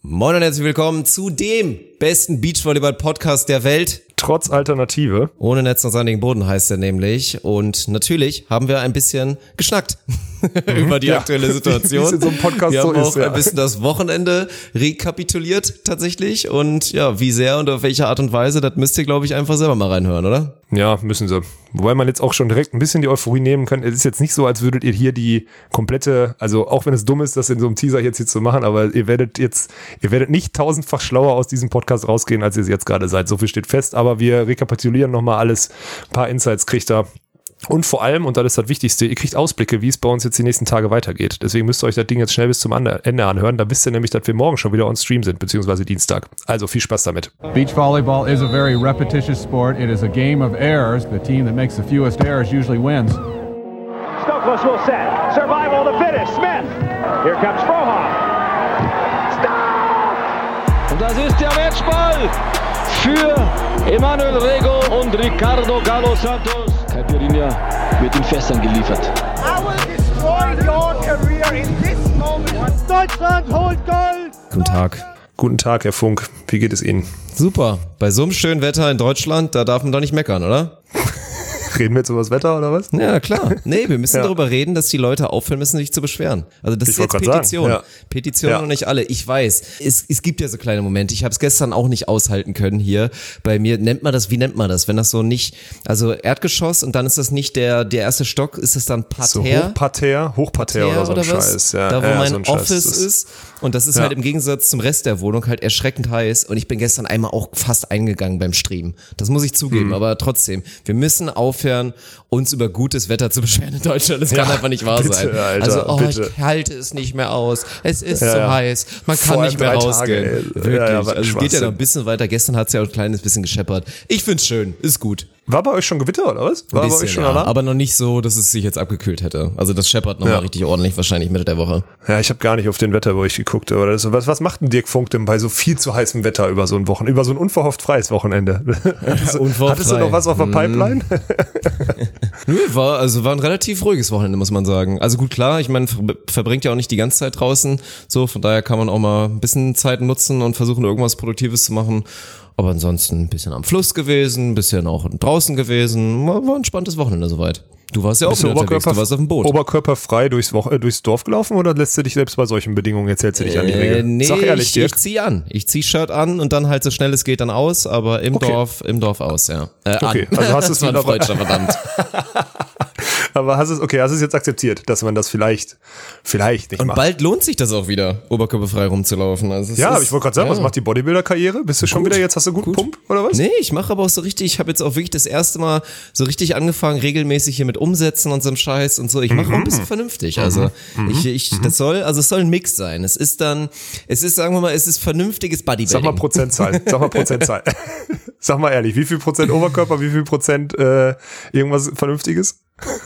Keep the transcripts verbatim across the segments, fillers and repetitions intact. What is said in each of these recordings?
Moin und herzlich willkommen zu dem besten Beachvolleyball-Podcast der Welt. Trotz Alternative. Ohne Netz und sandigen Boden heißt er nämlich. Und natürlich haben wir ein bisschen geschnackt mhm. über die ja. aktuelle Situation. Wie es in so einem Podcast wir haben so auch ist, ja. ein bisschen das Wochenende rekapituliert tatsächlich. Und ja, wie sehr und auf welche Art und Weise, das müsst ihr, glaube ich, einfach selber mal reinhören, oder? Ja, müssen sie. Wobei man jetzt auch schon direkt ein bisschen die Euphorie nehmen kann. Es ist jetzt nicht so, als würdet ihr hier die komplette, also auch wenn es dumm ist, das in so einem Teaser jetzt hier zu machen, aber ihr werdet jetzt, ihr werdet nicht tausendfach schlauer aus diesem Podcast rausgehen, als ihr es jetzt gerade seid. So viel steht fest, aber wir rekapitulieren nochmal alles. Ein paar Insights kriegt ihr. Und vor allem, und das ist das Wichtigste, ihr kriegt Ausblicke, wie es bei uns jetzt die nächsten Tage weitergeht. Deswegen müsst ihr euch das Ding jetzt schnell bis zum Ende anhören. Da wisst ihr nämlich, dass wir morgen schon wieder on Stream sind, beziehungsweise Dienstag. Also viel Spaß damit. Beach volleyball is a very repetitious sport. It is a game of errors. The team that makes the fewest errors usually wins. Stokos will set. Survival of the fittest. Smith. Here comes Frohoff. Stop! Und das ist der Matchball für Emanuel Rego und Ricardo Galo Santos. Caipirinha wird in Fässern geliefert. I will destroy your career in this moment. Deutschland holt Gold! Guten Tag. Guten Tag, Herr Funk. Wie geht es Ihnen? Super. Bei so einem schönen Wetter in Deutschland, da darf man doch nicht meckern, oder? Reden wir jetzt über das Wetter oder was? Ja, klar. Nee, wir müssen ja. darüber reden, dass die Leute aufhören müssen, sich zu beschweren. Also das ich ist jetzt Petition. Ja. Petition ja. und nicht alle. Ich weiß, es, es gibt ja so kleine Momente. Ich habe es gestern auch nicht aushalten können hier. Bei mir nennt man das, wie nennt man das? Wenn das so nicht, also Erdgeschoss und dann ist das nicht der der erste Stock, ist das dann Parterre? So Hochparterre, Hochparterre oder so ein oder Scheiß. Ja. Da wo ja, mein so Office ist. ist. Und das ist ja. halt im Gegensatz zum Rest der Wohnung halt erschreckend heiß. Und ich bin gestern einmal auch fast eingegangen beim Stream. Das muss ich zugeben, hm. aber trotzdem. Wir müssen aufhören, uns über gutes Wetter zu beschweren in Deutschland. Das kann ja, einfach nicht wahr bitte, sein. Alter, also, oh, bitte. ich halte es nicht mehr aus. Es ist ja, so ja. heiß. Man kann Vor nicht mehr rausgehen. Tage, Wirklich. Ja, ja, also es geht ja noch ein bisschen weiter. Gestern hat es ja auch ein kleines bisschen gescheppert. Ich find's schön. Ist gut. War bei euch schon Gewitter oder was? War ein bisschen, bei euch schon ja, Alarm? aber noch nicht so, dass es sich jetzt abgekühlt hätte. Also das scheppert nochmal ja. richtig ordentlich wahrscheinlich Mitte der Woche. Ja, ich habe gar nicht auf den Wetterbericht geguckt. Aber das, was, was macht denn Dirk Funk denn bei so viel zu heißem Wetter über so ein Wochenende, über so ein unverhofft freies Wochenende? Ja, unverhofft Hattest du noch was auf der Pipeline? Nö, war, also war ein relativ ruhiges Wochenende, muss man sagen. Also gut, klar, ich meine, ver- verbringt ja auch nicht die ganze Zeit draußen. So, von daher kann man auch mal ein bisschen Zeit nutzen und versuchen, irgendwas Produktives zu machen. Aber ansonsten ein bisschen am Fluss gewesen, ein bisschen auch draußen gewesen. War, war ein spannendes Wochenende soweit. Du warst ja auch wieder unterwegs, du warst auf dem Boot. Oberkörperfrei durchs, Wo- äh, durchs Dorf gelaufen oder lässt du dich selbst bei solchen Bedingungen, jetzt hältst du dich äh, an die Regel? Nee, Sag ehrlich, ich, Dirk. ich zieh an. Ich zieh Shirt an und dann halt so schnell es geht dann aus, aber im okay. Dorf, im Dorf aus, ja. Äh, okay, an. also hast du es das war ein Freudscher, verdammt. Aber hast es, okay, hast es jetzt akzeptiert, dass man das vielleicht, vielleicht nicht und macht. Und bald lohnt sich das auch wieder, oberkörperfrei rumzulaufen. Also es ja, ist, aber ich wollte gerade sagen, ja. was macht die Bodybuilder-Karriere? Bist du schon gut, wieder, jetzt hast du guten gut. Pump, oder was? Nee, ich mache aber auch so richtig, ich habe jetzt auch wirklich das erste Mal so richtig angefangen, regelmäßig hier mit Umsetzen und so einem Scheiß und so. Ich mache mhm. auch ein bisschen vernünftig. Also mhm. ich, ich, das soll, also es soll ein Mix sein. Es ist dann, es ist, sagen wir mal, es ist vernünftiges Bodybuilding. Sag mal Prozentzahl, sag mal Prozentzahl. Sag mal ehrlich, wie viel Prozent Oberkörper, wie viel Prozent äh, irgendwas Vernünftiges?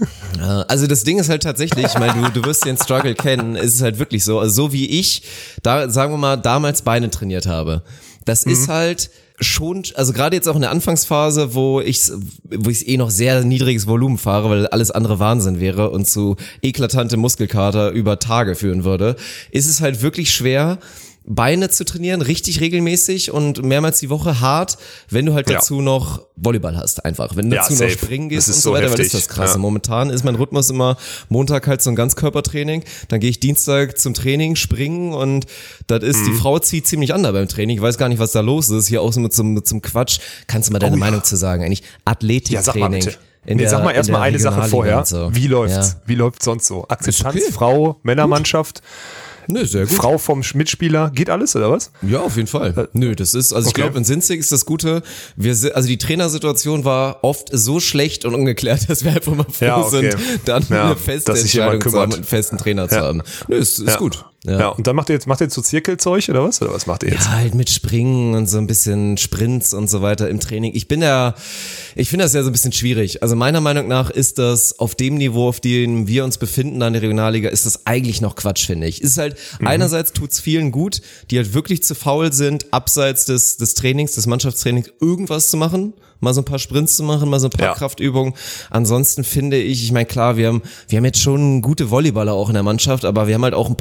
Also das Ding ist halt tatsächlich, ich meine, du, du wirst den Struggle kennen, es ist halt wirklich so, also so wie ich, da sagen wir mal, damals Beine trainiert habe, das mhm. ist halt schon, also gerade jetzt auch in der Anfangsphase, wo ich wo ich eh noch sehr niedriges Volumen fahre, weil alles andere Wahnsinn wäre und zu eklatante Muskelkater über Tage führen würde, ist es halt wirklich schwer, Beine zu trainieren, richtig regelmäßig und mehrmals die Woche hart, wenn du halt dazu ja. noch Volleyball hast, einfach. Wenn du ja, dazu safe. noch springen gehst und so, so weiter, heftig. weil das ist das Krasse. Ja. Momentan ist mein Rhythmus immer Montag halt so ein Ganzkörpertraining, dann gehe ich Dienstag zum Training, springen und das ist, mhm. die Frau zieht ziemlich an da beim Training. Ich weiß gar nicht, was da los ist. Hier auch so mit zum, mit zum Quatsch. Kannst du mal deine oh, ja. Meinung zu sagen? Eigentlich Athletiktraining. Ja, sag mal bitte. In nee, der, sag mal erstmal eine Sache vorher. So. Wie läuft's? Ja. Wie läuft's sonst so? Akzeptanz, okay. Frau, Männermannschaft. Nö, sehr gut. Frau vom Mitspieler, geht alles oder was? Ja, auf jeden Fall. Nö, das ist, also ich okay. glaube, in Sinzig ist das Gute, wir, also die Trainersituation war oft so schlecht und ungeklärt, dass wir einfach mal froh ja, okay. sind, dann ja, eine feste Entscheidung zu haben und einen festen Trainer ja. zu haben. Nö, ist, ist ja. gut. Ja. ja, und dann macht ihr jetzt, macht ihr jetzt so Zirkelzeug oder was? Oder was macht ihr jetzt? Ja, halt mit Springen und so ein bisschen Sprints und so weiter im Training. Ich bin ja, ich finde das ja so ein bisschen schwierig. Also meiner Meinung nach ist das auf dem Niveau, auf dem wir uns befinden an der Regionalliga, ist das eigentlich noch Quatsch, finde ich. Ist halt, mhm. einerseits tut's vielen gut, die halt wirklich zu faul sind, abseits des, des Trainings, des Mannschaftstrainings irgendwas zu machen. Mal so ein paar Sprints zu machen, mal so ein paar ja. Kraftübungen. Ansonsten finde ich, ich meine, klar, wir haben, wir haben jetzt schon gute Volleyballer auch in der Mannschaft, aber wir haben halt auch ein paar mit dabei,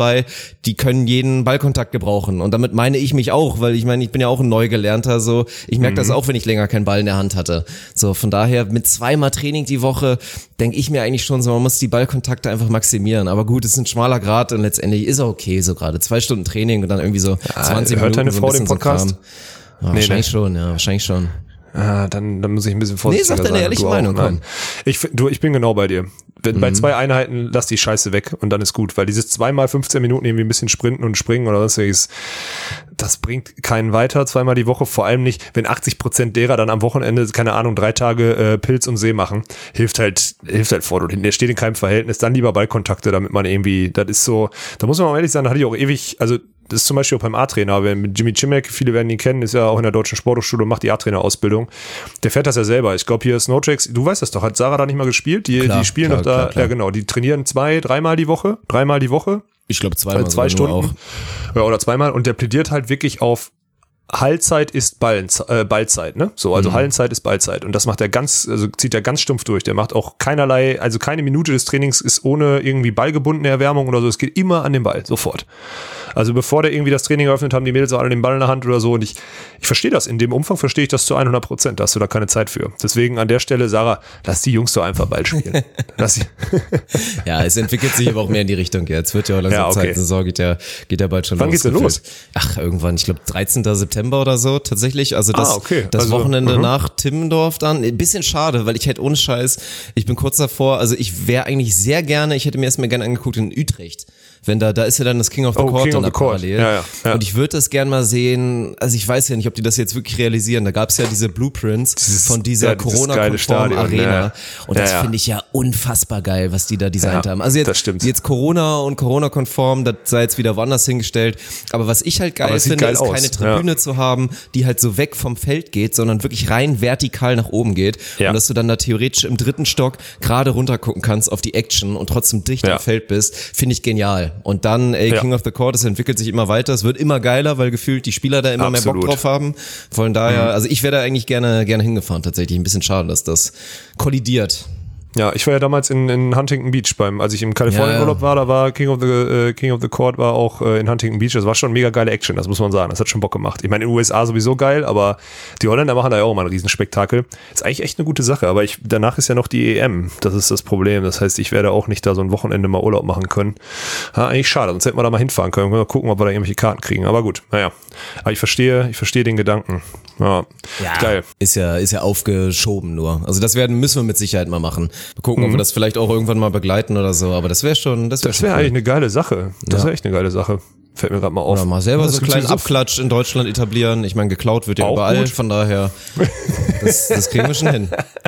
dabei, die können jeden Ballkontakt gebrauchen. Und damit meine ich mich auch, weil ich meine, ich bin ja auch ein Neugelernter, so. Ich merke mhm. das auch, wenn ich länger keinen Ball in der Hand hatte. So, von daher mit zweimal Training die Woche denke ich mir eigentlich schon so, man muss die Ballkontakte einfach maximieren. Aber gut, es ist ein schmaler Grad und letztendlich ist er okay, so gerade zwei Stunden Training und dann irgendwie so ja, zwanzig hört Minuten. Hört deine so Frau den Podcast? So ja, nee, wahrscheinlich nee. schon, ja, wahrscheinlich schon. Ah, dann, dann muss ich ein bisschen vorsichtiger sein. Nee, sag deine ehrliche Meinung, komm. Ich, du, ich bin genau bei dir. Wenn, mhm. Bei zwei Einheiten lass die Scheiße weg und dann ist gut, weil dieses zweimal fünfzehn Minuten irgendwie ein bisschen sprinten und springen oder sonstiges, das bringt keinen weiter, zweimal die Woche, vor allem nicht, wenn achtzig Prozent derer dann am Wochenende, keine Ahnung, drei Tage äh, Pilz und See machen, hilft halt, hilft halt vor und hinten, der steht in keinem Verhältnis, dann lieber Ballkontakte, damit man irgendwie, das ist so, da muss man mal ehrlich sein, da hatte ich auch ewig, also das ist zum Beispiel auch beim A-Trainer, wenn mit Jimmy Chimek, viele werden ihn kennen, ist ja auch in der Deutschen Sporthochschule und macht die A-Trainer-Ausbildung. Der fährt das ja selber. Ich glaube, hier Snowtracks, du weißt das doch, hat Sarah da nicht mal gespielt? Die, klar, die spielen klar, doch da, klar, klar. Ja genau, die trainieren zwei, dreimal die Woche, dreimal die Woche. Ich glaube zweimal. Also zwei Stunden. Auch. Ja, oder zweimal. Und der plädiert halt wirklich auf Hallzeit ist Ballen, äh, Ballzeit, ne? So, also mhm. Hallenzeit ist Ballzeit. Und das macht er ganz, also zieht er ganz stumpf durch. Der macht auch keinerlei, also keine Minute des Trainings ist ohne irgendwie ballgebundene Erwärmung oder so. Es geht immer an den Ball, sofort. Also bevor der irgendwie das Training eröffnet, haben die Mädels auch alle den Ball in der Hand oder so. Und ich, ich verstehe das. In dem Umfang verstehe ich das zu hundert Prozent. Da hast du da keine Zeit für. Deswegen an der Stelle, Sarah, lass die Jungs doch einfach Ball spielen. Lass sie. Ja, es entwickelt sich aber auch mehr in die Richtung jetzt. Wird ja auch langsam ja, okay. Zeit. Saison geht ja, geht ja bald schon Wann los. Wann geht's denn los? Ach, irgendwann. Ich glaube, dreizehnten September oder so, tatsächlich. Also das, ah, okay. das also, Wochenende uh-huh. nach Timmendorf dann. Ein bisschen schade, weil ich hätte ohne Scheiß, ich bin kurz davor, also ich wäre eigentlich sehr gerne, ich hätte mir erstmal gerne angeguckt in Utrecht. Wenn da, da ist ja dann das King of the oh, Court King dann da parallel. Ja, ja, ja. Und ich würde das gern mal sehen, also ich weiß ja nicht, ob die das jetzt wirklich realisieren. Da gab es ja diese Blueprints dieses, von dieser ja, Corona-konformen Arena. Ja. Und das ja, ja. finde ich ja unfassbar geil, was die da designt ja, haben. Also jetzt, jetzt Corona und Corona-konform, das sei jetzt wieder woanders hingestellt. Aber was ich halt geil finde, geil ist aus. keine Tribüne ja. zu haben, die halt so weg vom Feld geht, sondern wirklich rein vertikal nach oben geht. Ja. Und dass du dann da theoretisch im dritten Stock gerade runter gucken kannst auf die Action und trotzdem dicht ja. am Feld bist, finde ich genial. Und dann, ey, King ja. of the Court, es entwickelt sich immer weiter, es wird immer geiler, weil gefühlt die Spieler da immer Absolut. mehr Bock drauf haben. Von daher, mhm. also ich wäre da eigentlich gerne gerne hingefahren tatsächlich. Ein bisschen schade, dass das kollidiert. Ja, ich war ja damals in, in Huntington Beach, beim, als ich im Kalifornien-Urlaub ja, ja. war, da war King of the äh, King of the Court war auch äh, in Huntington Beach. Das war schon mega geile Action, das muss man sagen. Das hat schon Bock gemacht. Ich meine, in den U S A sowieso geil, aber die Holländer machen da ja auch immer ein Riesenspektakel. Ist eigentlich echt eine gute Sache, aber ich, danach ist ja noch die E M. Das ist das Problem. Das heißt, ich werde auch nicht da so ein Wochenende mal Urlaub machen können. Ja, eigentlich schade, sonst hätten wir da mal hinfahren können. Mal gucken, ob wir da irgendwelche Karten kriegen. Aber gut, naja. Aber ich verstehe, ich verstehe den Gedanken. Ja, ja geil. Ist ja, ist ja aufgeschoben nur. Also das werden, müssen wir mit Sicherheit mal machen. Mal gucken, mhm. ob wir das vielleicht auch irgendwann mal begleiten oder so, aber das wäre schon, das wäre Das wäre cool. eigentlich eine geile Sache. Das ja. wäre echt eine geile Sache. Fällt mir gerade mal auf. Oder mal selber ja, so einen kleinen Abklatsch in Deutschland etablieren. Ich meine, geklaut wird ja auch überall, gut. Von daher, das, das kriegen wir schon hin.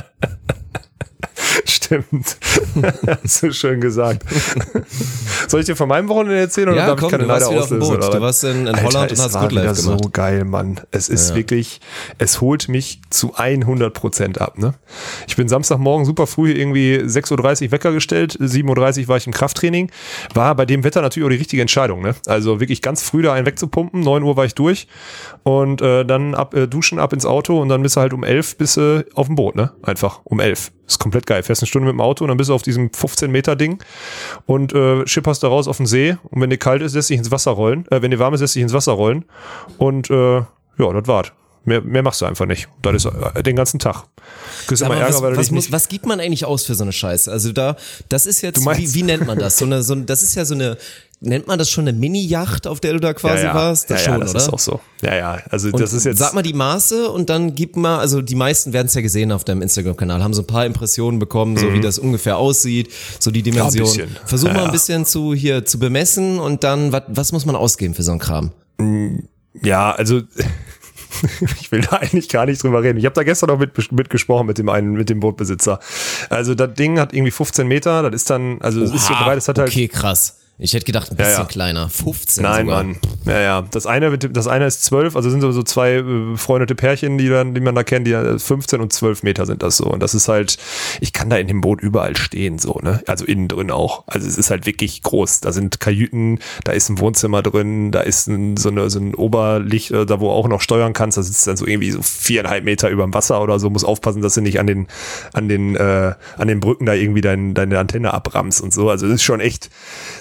Stimmt. So schön gesagt. Soll ich dir von meinem Wochenende erzählen oder ja, darf komm, ich keine du warst Leider auslösen? Oder? Du warst in, in Alter, Holland und hast Good Life gemacht. So geil, Mann. Es ist ja. wirklich, es holt mich zu hundert Prozent ab. Ne? Ich bin Samstagmorgen super früh irgendwie sechs Uhr dreißig Wecker gestellt, sieben Uhr dreißig war ich im Krafttraining. War bei dem Wetter natürlich auch die richtige Entscheidung. Ne? Also wirklich ganz früh da einen wegzupumpen, neun Uhr war ich durch und äh, dann ab, äh, duschen, ab ins Auto und dann bist du halt um elf bis äh, auf dem Boot. Ne? Einfach um elf. Ist komplett geil. Fährst eine Stunde mit dem Auto und dann bist du auf diesem fünfzehn Meter Ding und äh, schipperst da raus auf den See und wenn dir kalt ist, lässt dich ins Wasser rollen. Äh, wenn dir warm ist, lässt dich ins Wasser rollen und äh, ja, das war's. Mehr, mehr machst du einfach nicht. Das ist äh, den ganzen Tag. Du immer Ärger, was, weil du was, nicht muss, was gibt man eigentlich aus für so eine Scheiße? Also da, das ist jetzt, wie, wie nennt man das? So eine, so, das ist ja so eine, nennt man das schon eine Mini-Yacht, auf der du da quasi ja, ja. warst? Das ja, schon, ja, das oder? ist auch so. Ja, ja, also und das ist jetzt... Sag mal die Maße und dann gib mal, also die meisten werden es ja gesehen auf deinem Instagram-Kanal, haben so ein paar Impressionen bekommen, mhm. so wie das ungefähr aussieht, so die Dimension. Ja, Versuch ja, mal ein bisschen zu hier zu bemessen und dann, wat, was muss man ausgeben für so einen Kram? Ja, also... Ich will da eigentlich gar nicht drüber reden. Ich habe da gestern noch mit, mitgesprochen mit dem einen, mit dem Bootbesitzer. Also das Ding hat irgendwie fünfzehn Meter, das ist dann, also es ist so breit, es hat halt... Okay, krass. Ich hätte gedacht, ein bisschen ja, ja. kleiner. fünfzehn Nein, sogar. Mann. Ja, ja. Das eine, das eine ist zwölf, also sind so zwei befreundete Pärchen, die, dann, die man da kennt, die fünfzehn und zwölf Meter sind das so. Und das ist halt, ich kann da in dem Boot überall stehen, so, ne? Also innen drin auch. Also es ist halt wirklich groß. Da sind Kajüten, da ist ein Wohnzimmer drin, da ist ein, so, eine, so ein Oberlicht, da wo auch noch steuern kannst. Da sitzt dann so irgendwie so viereinhalb Meter über dem Wasser oder so. Muss aufpassen, dass du nicht an den, an den, äh, an den Brücken da irgendwie dein, deine Antenne abrammst und so. Also es ist schon echt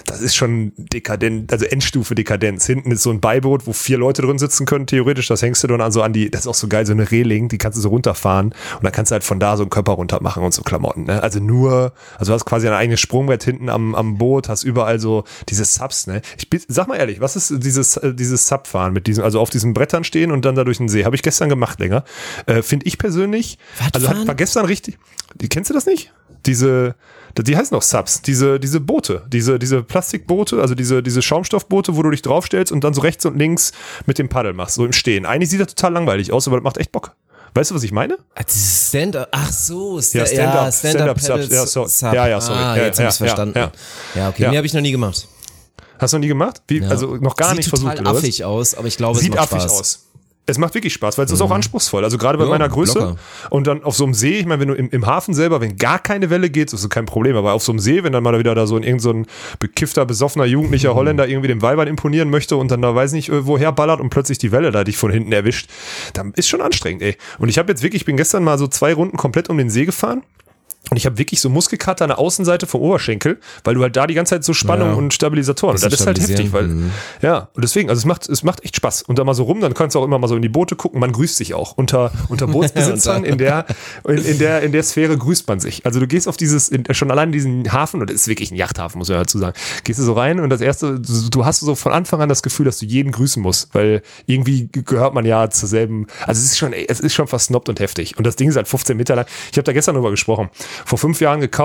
das ist schon dekadent, also Endstufe Dekadenz. Hinten ist so ein Beiboot, wo vier Leute drin sitzen können, theoretisch. Das hängst du dann also an die, das ist auch so geil, so eine Reling, die kannst du so runterfahren und dann kannst du halt von da so einen Körper runter machen und so Klamotten. Ne? Also nur, also du hast quasi ein eigenes Sprungbrett hinten am, am Boot, hast überall so diese Subs. Ne? Ich bin, sag mal ehrlich, was ist dieses, dieses Subfahren mit diesem, also auf diesen Brettern stehen und dann da durch den See? Habe ich gestern gemacht länger. Äh, Finde ich persönlich, also hat, war gestern richtig, die, kennst du das nicht? Diese, die heißen auch Subs, diese, diese Boote, diese, diese Plastikboote, also diese, diese Schaumstoffboote, wo du dich draufstellst und dann so rechts und links mit dem Paddel machst, so im Stehen. Eigentlich sieht das total langweilig aus, aber das macht echt Bock. Weißt du, was ich meine? Stand-up, ach so, sta- ja, Stand-up, ja, Stand-up, Stand-up Subs, ja, so, Sub. ja, ja, sorry. Ah, ja, jetzt ja, hab ich's verstanden. Ja, ja. ja okay, ja. nee, habe ich noch nie gemacht. Hast du noch nie gemacht? Wie, Ja. Also noch gar Sieht nicht total versucht, oder was? affig aus, aber ich glaube, Sieht es macht affig Spaß. aus. Es macht wirklich Spaß, weil es ist auch anspruchsvoll. Also gerade bei Ja, meiner Größe locker. und dann auf so einem See, ich meine, wenn du im, im Hafen selber, wenn gar keine Welle geht, ist das kein Problem. Aber auf so einem See, wenn dann mal wieder da so ein irgend so ein bekiffter, besoffener, jugendlicher Holländer irgendwie dem Weibern imponieren möchte und dann da weiß nicht woher ballert und plötzlich die Welle da dich von hinten erwischt, dann ist schon anstrengend, ey. Und ich habe jetzt wirklich, ich bin gestern mal so zwei Runden komplett um den See gefahren. Und ich habe wirklich so Muskelkater an der Außenseite vom Oberschenkel, weil du halt da die ganze Zeit so Spannung Ja. und Stabilisatoren. Und Bisschen das ist halt heftig, weil, stabilisieren. ja, und deswegen, also es macht, es macht echt Spaß. Und da mal so rum, dann kannst du auch immer mal so in die Boote gucken. Man grüßt sich auch. Unter, unter Bootsbesitzern in der, in, in der, in der Sphäre grüßt man sich. Also du gehst auf dieses, in, schon allein diesen Hafen, und es ist wirklich ein Yachthafen, muss man dazu sagen. Gehst du so rein und das erste, du, du hast so von Anfang an das Gefühl, dass du jeden grüßen musst, weil irgendwie gehört man ja zur selben, also es ist schon, ey, es ist schon versnobbt und heftig. Und das Ding ist halt fünfzehn Meter lang. Ich habe da gestern drüber gesprochen. Vor fünf Jahren gekauft,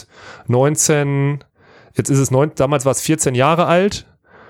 neunzehn, jetzt ist es neun, damals war es vierzehn Jahre alt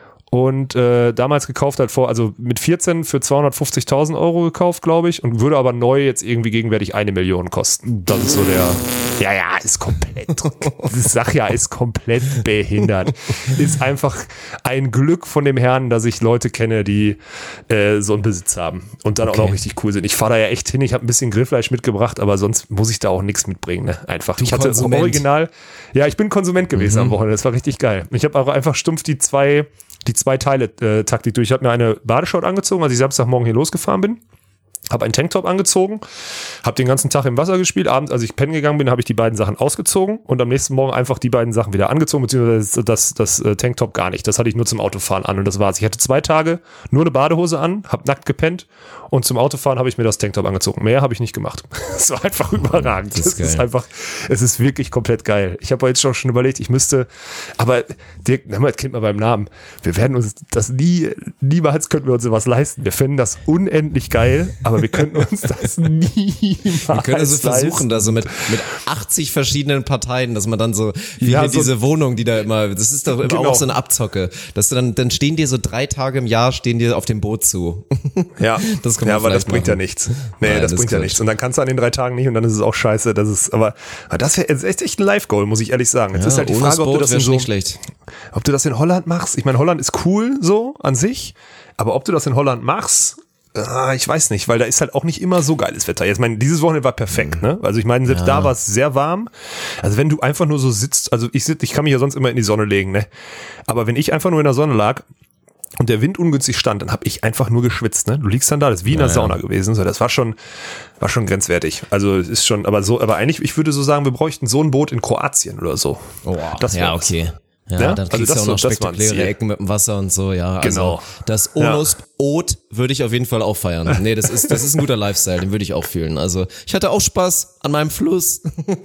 und äh, damals gekauft halt vor, also mit vierzehn für zweihundertfünfzigtausend Euro gekauft, glaube ich, und würde aber neu jetzt irgendwie gegenwärtig eine Million kosten. Das ist so der, ja, ja, ist komplett, ich sag ja, ist komplett behindert. Ist einfach ein Glück von dem Herrn, dass ich Leute kenne, die äh, so einen Besitz haben und dann Okay. auch noch richtig cool sind. Ich fahre da ja echt hin, ich habe ein bisschen Grillfleisch mitgebracht, aber sonst muss ich da auch nichts mitbringen, ne? Einfach. Du ich hatte Konsument. original, ja, ich bin Konsument gewesen Mhm. am Wochenende, das war richtig geil. Ich habe aber einfach stumpf die zwei die zwei Teile äh, Taktik durch. Ich habe mir eine Badeshort angezogen, als ich Samstagmorgen hier losgefahren bin. Habe einen Tanktop angezogen, habe den ganzen Tag im Wasser gespielt. Abends, als ich pennen gegangen bin, habe ich die beiden Sachen ausgezogen und am nächsten Morgen einfach die beiden Sachen wieder angezogen, beziehungsweise das, das, das äh, Tanktop gar nicht. Das hatte ich nur zum Autofahren an und das war's. Ich hatte zwei Tage nur eine Badehose an, habe nackt gepennt und zum Autofahren habe ich mir das Tanktop angezogen. Mehr habe ich nicht gemacht. Es war einfach überragend. Das ist Das ist geil. einfach, es ist wirklich komplett geil. Ich habe jetzt schon, schon überlegt, ich müsste, aber Dirk, das kennt man beim Namen. Wir werden uns das nie, niemals könnten wir uns sowas leisten. Wir finden das unendlich geil, aber wir könnten uns das niemals Wir können also versuchen, leisten. da so mit, mit achtzig verschiedenen Parteien, dass man dann so, wie Ja, hier so- diese Wohnung, die da immer, das ist doch immer Genau. auch so eine Abzocke, dass du dann, dann stehen dir so drei Tage im Jahr, stehen dir auf dem Boot zu. Ja, Das kann man ja, aber das vielleicht bringt ja machen. nichts. Nee, Nein, das, das bringt ja ist nichts. Und dann kannst du an den drei Tagen nicht und dann ist es auch scheiße. Das ist, aber, aber das wäre echt echt ein Live-Goal, muss ich ehrlich sagen. Jetzt Ja, ist halt die ohne Frage, ob du Boot das in wär's so, nicht schlecht. ob du das in Holland machst. Ich meine, Holland ist cool so an sich, aber ob du das in Holland machst, ah, ich weiß nicht, weil da ist halt auch nicht immer so geiles Wetter. Jetzt meine, dieses Wochenende war perfekt, ne? Also ich meine, selbst Ja. da war es sehr warm. Also wenn du einfach nur so sitzt, also ich sitze, ich kann mich ja sonst immer in die Sonne legen, ne? Aber wenn ich einfach nur in der Sonne lag und der Wind ungünstig stand, dann habe ich einfach nur geschwitzt, ne? Du liegst dann da, das ist wie in der Ja, Sauna gewesen, so, das war schon, war schon grenzwertig. Also es ist schon, aber so, aber eigentlich, ich würde so sagen, wir bräuchten so ein Boot in Kroatien oder so. Oh, Das wär ja, was. okay. Ja, Ja, dann also kriegst das du auch so- noch das war ein spektakuläre Ziel. Ecken mit dem Wasser und so, ja. Genau. Also das Onos Ot würde ich auf jeden Fall auch feiern. Nee, das ist, das ist ein guter Lifestyle, den würde ich auch fühlen. Also ich hatte auch Spaß an meinem Fluss,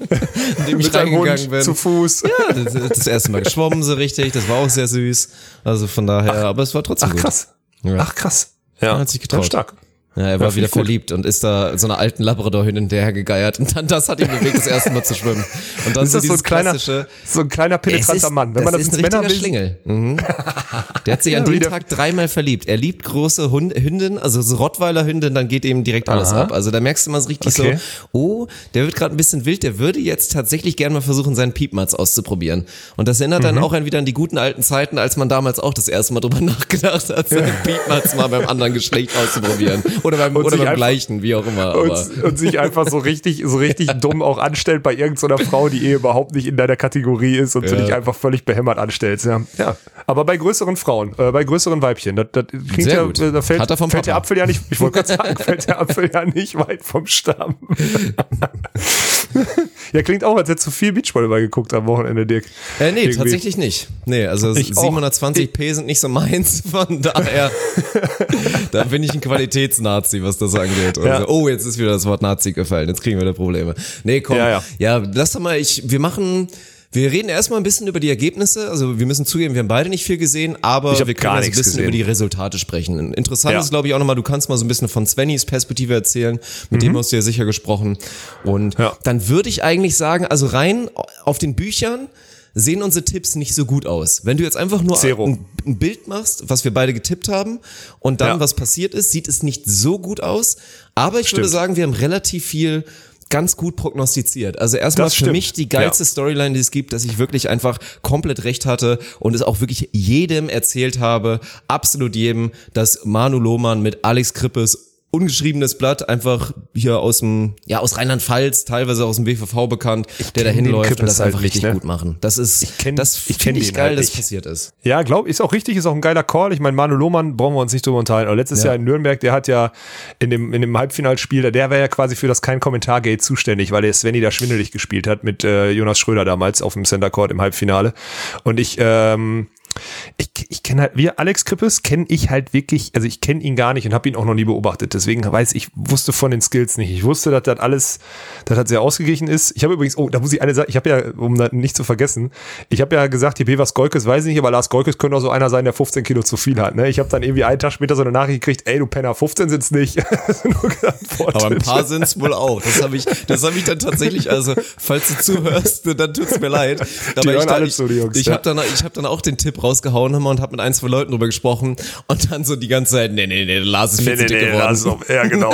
in dem ich Mit deinem reingegangen Hund bin. zu Fuß. Ja, das, das erste Mal geschwommen so richtig, das war auch sehr süß. Also von daher, aber es war trotzdem Ach gut. krass. Ja. Ach krass. Ja, hat sich getraut. Ja, stark. Ja, er Ja, war find wieder ich gut. verliebt und ist da so einer alten Labrador-Hündin hinterhergegeiert und dann das hat ihm bewegt, das erste Mal zu schwimmen. Und dann Ist so das so dieses ein kleiner, klassische, so ein kleiner es penetranter ist, Mann. Wenn man das ist ins ein richtiger Männerbild, Schlingel. Mhm. Der hat sich an Ja, dem wieder- Tag dreimal verliebt. Er liebt große Hund, Hündin, also so Rottweiler-Hündin, dann geht ihm direkt alles Aha. ab. Also da merkst du mal so richtig Okay. so, oh, der wird gerade ein bisschen wild, der würde jetzt tatsächlich gerne mal versuchen, seinen Piepmatz auszuprobieren. Und das erinnert Mhm. dann auch wieder an die guten alten Zeiten, als man damals auch das erste Mal drüber nachgedacht hat, seinen Piepmatz mal beim anderen Geschlecht auszuprobieren. Oder beim, Und oder sich beim einfach- gleichen, wie auch immer. Aber und, und sich einfach so richtig, so richtig dumm auch anstellt bei irgendeiner Frau, die eh überhaupt nicht in deiner Kategorie ist und du Ja. dich einfach völlig behämmert anstellst. Ja, ja. Aber bei größeren Frauen, äh, bei größeren Weibchen, das, das klingt Sehr ja, gut. äh, da fällt, Hat er vom fällt der Papa. Apfel ja nicht, ich wollte gerade sagen, fällt der Apfel ja nicht weit vom Stamm. Ja, klingt auch, als hättest du viel Beachvolleyball geguckt am Wochenende, Dirk. Äh, nee, Irgendwie. tatsächlich nicht. Nee, also Ich auch. siebenhundertzwanzig p sind nicht so meins, von daher, da bin ich ein Qualitätsnazi, was das angeht. Also, Ja. oh, jetzt ist wieder das Wort Nazi gefallen, jetzt kriegen wir da Probleme. Nee, komm, Ja, ja, ja. lass doch mal, ich, wir machen... Wir reden erstmal ein bisschen über die Ergebnisse. Also wir müssen zugeben, wir haben beide nicht viel gesehen, aber Ich hab wir können gar mal so ein nichts bisschen gesehen. über die Resultate sprechen. Interessant Ja. ist, glaube ich, auch nochmal, du kannst mal so ein bisschen von Svennys Perspektive erzählen. Mit dem hast du ja sicher gesprochen. Und Ja. dann würde ich eigentlich sagen, also rein auf den Büchern sehen unsere Tipps nicht so gut aus. Wenn du jetzt einfach nur Zero. ein, ein Bild machst, was wir beide getippt haben und dann Ja. was passiert ist, sieht es nicht so gut aus. Aber ich Stimmt. würde sagen, wir haben relativ viel ganz gut prognostiziert. Also erstmal Das für stimmt. mich die geilste Ja. Storyline, die es gibt, dass ich wirklich einfach komplett recht hatte und es auch wirklich jedem erzählt habe, absolut jedem, dass Manu Lohmann mit Alex Krippes ungeschriebenes Blatt, einfach hier aus dem, ja, aus Rheinland-Pfalz, teilweise aus dem B V V bekannt, der da kenn den hinläuft und Krippes das einfach halt nicht, richtig ne? gut machen. Das ist, Ich kenn- das ich kenn finde ich den geil, halt dass nicht. passiert ist. Ja, glaub, ist auch richtig, ist auch ein geiler Call. Ich meine, Manu Lohmann brauchen wir uns nicht drüber unterhalten. Aber letztes Ja. Jahr in Nürnberg, der hat ja in dem, in dem Halbfinalspiel, der wäre ja quasi für das Kein-Kommentar-Gate zuständig, weil der Svenny da schwindelig gespielt hat mit äh, Jonas Schröder damals auf dem Center Court im Halbfinale. Und ich, ähm, ich, ich kenne halt, wir, Alex Krippes kenne ich halt wirklich, also ich kenne ihn gar nicht und habe ihn auch noch nie beobachtet. Deswegen weiß ich, wusste von den Skills nicht. Ich wusste, dass das alles, dass das sehr ausgeglichen ist. Ich habe übrigens, oh, da muss ich eine Sache, ich habe ja, um das nicht zu vergessen, ich habe ja gesagt, die Bevers Goikes weiß ich nicht, aber Lars Goikes könnte auch so einer sein, der fünfzehn Kilo zu viel hat. Ne? Ich habe dann irgendwie einen Tag später so eine Nachricht gekriegt, ey, du Penner, fünfzehn sind's nicht. Nur geantwortet. Aber ein paar sind's wohl auch. Das habe ich, das habe ich dann tatsächlich, also, falls du zuhörst, dann tut's mir leid. Aber hören ich, alle ich, zu, die Jungs, ich ja. habe dann, ich habe dann auch den Tipp rausgehauen und habe mit ein, zwei Leuten drüber gesprochen und dann so die ganze Zeit, nee, nee, nee, Lars ist viel zu dick geworden. Lars ist auch, ja, genau.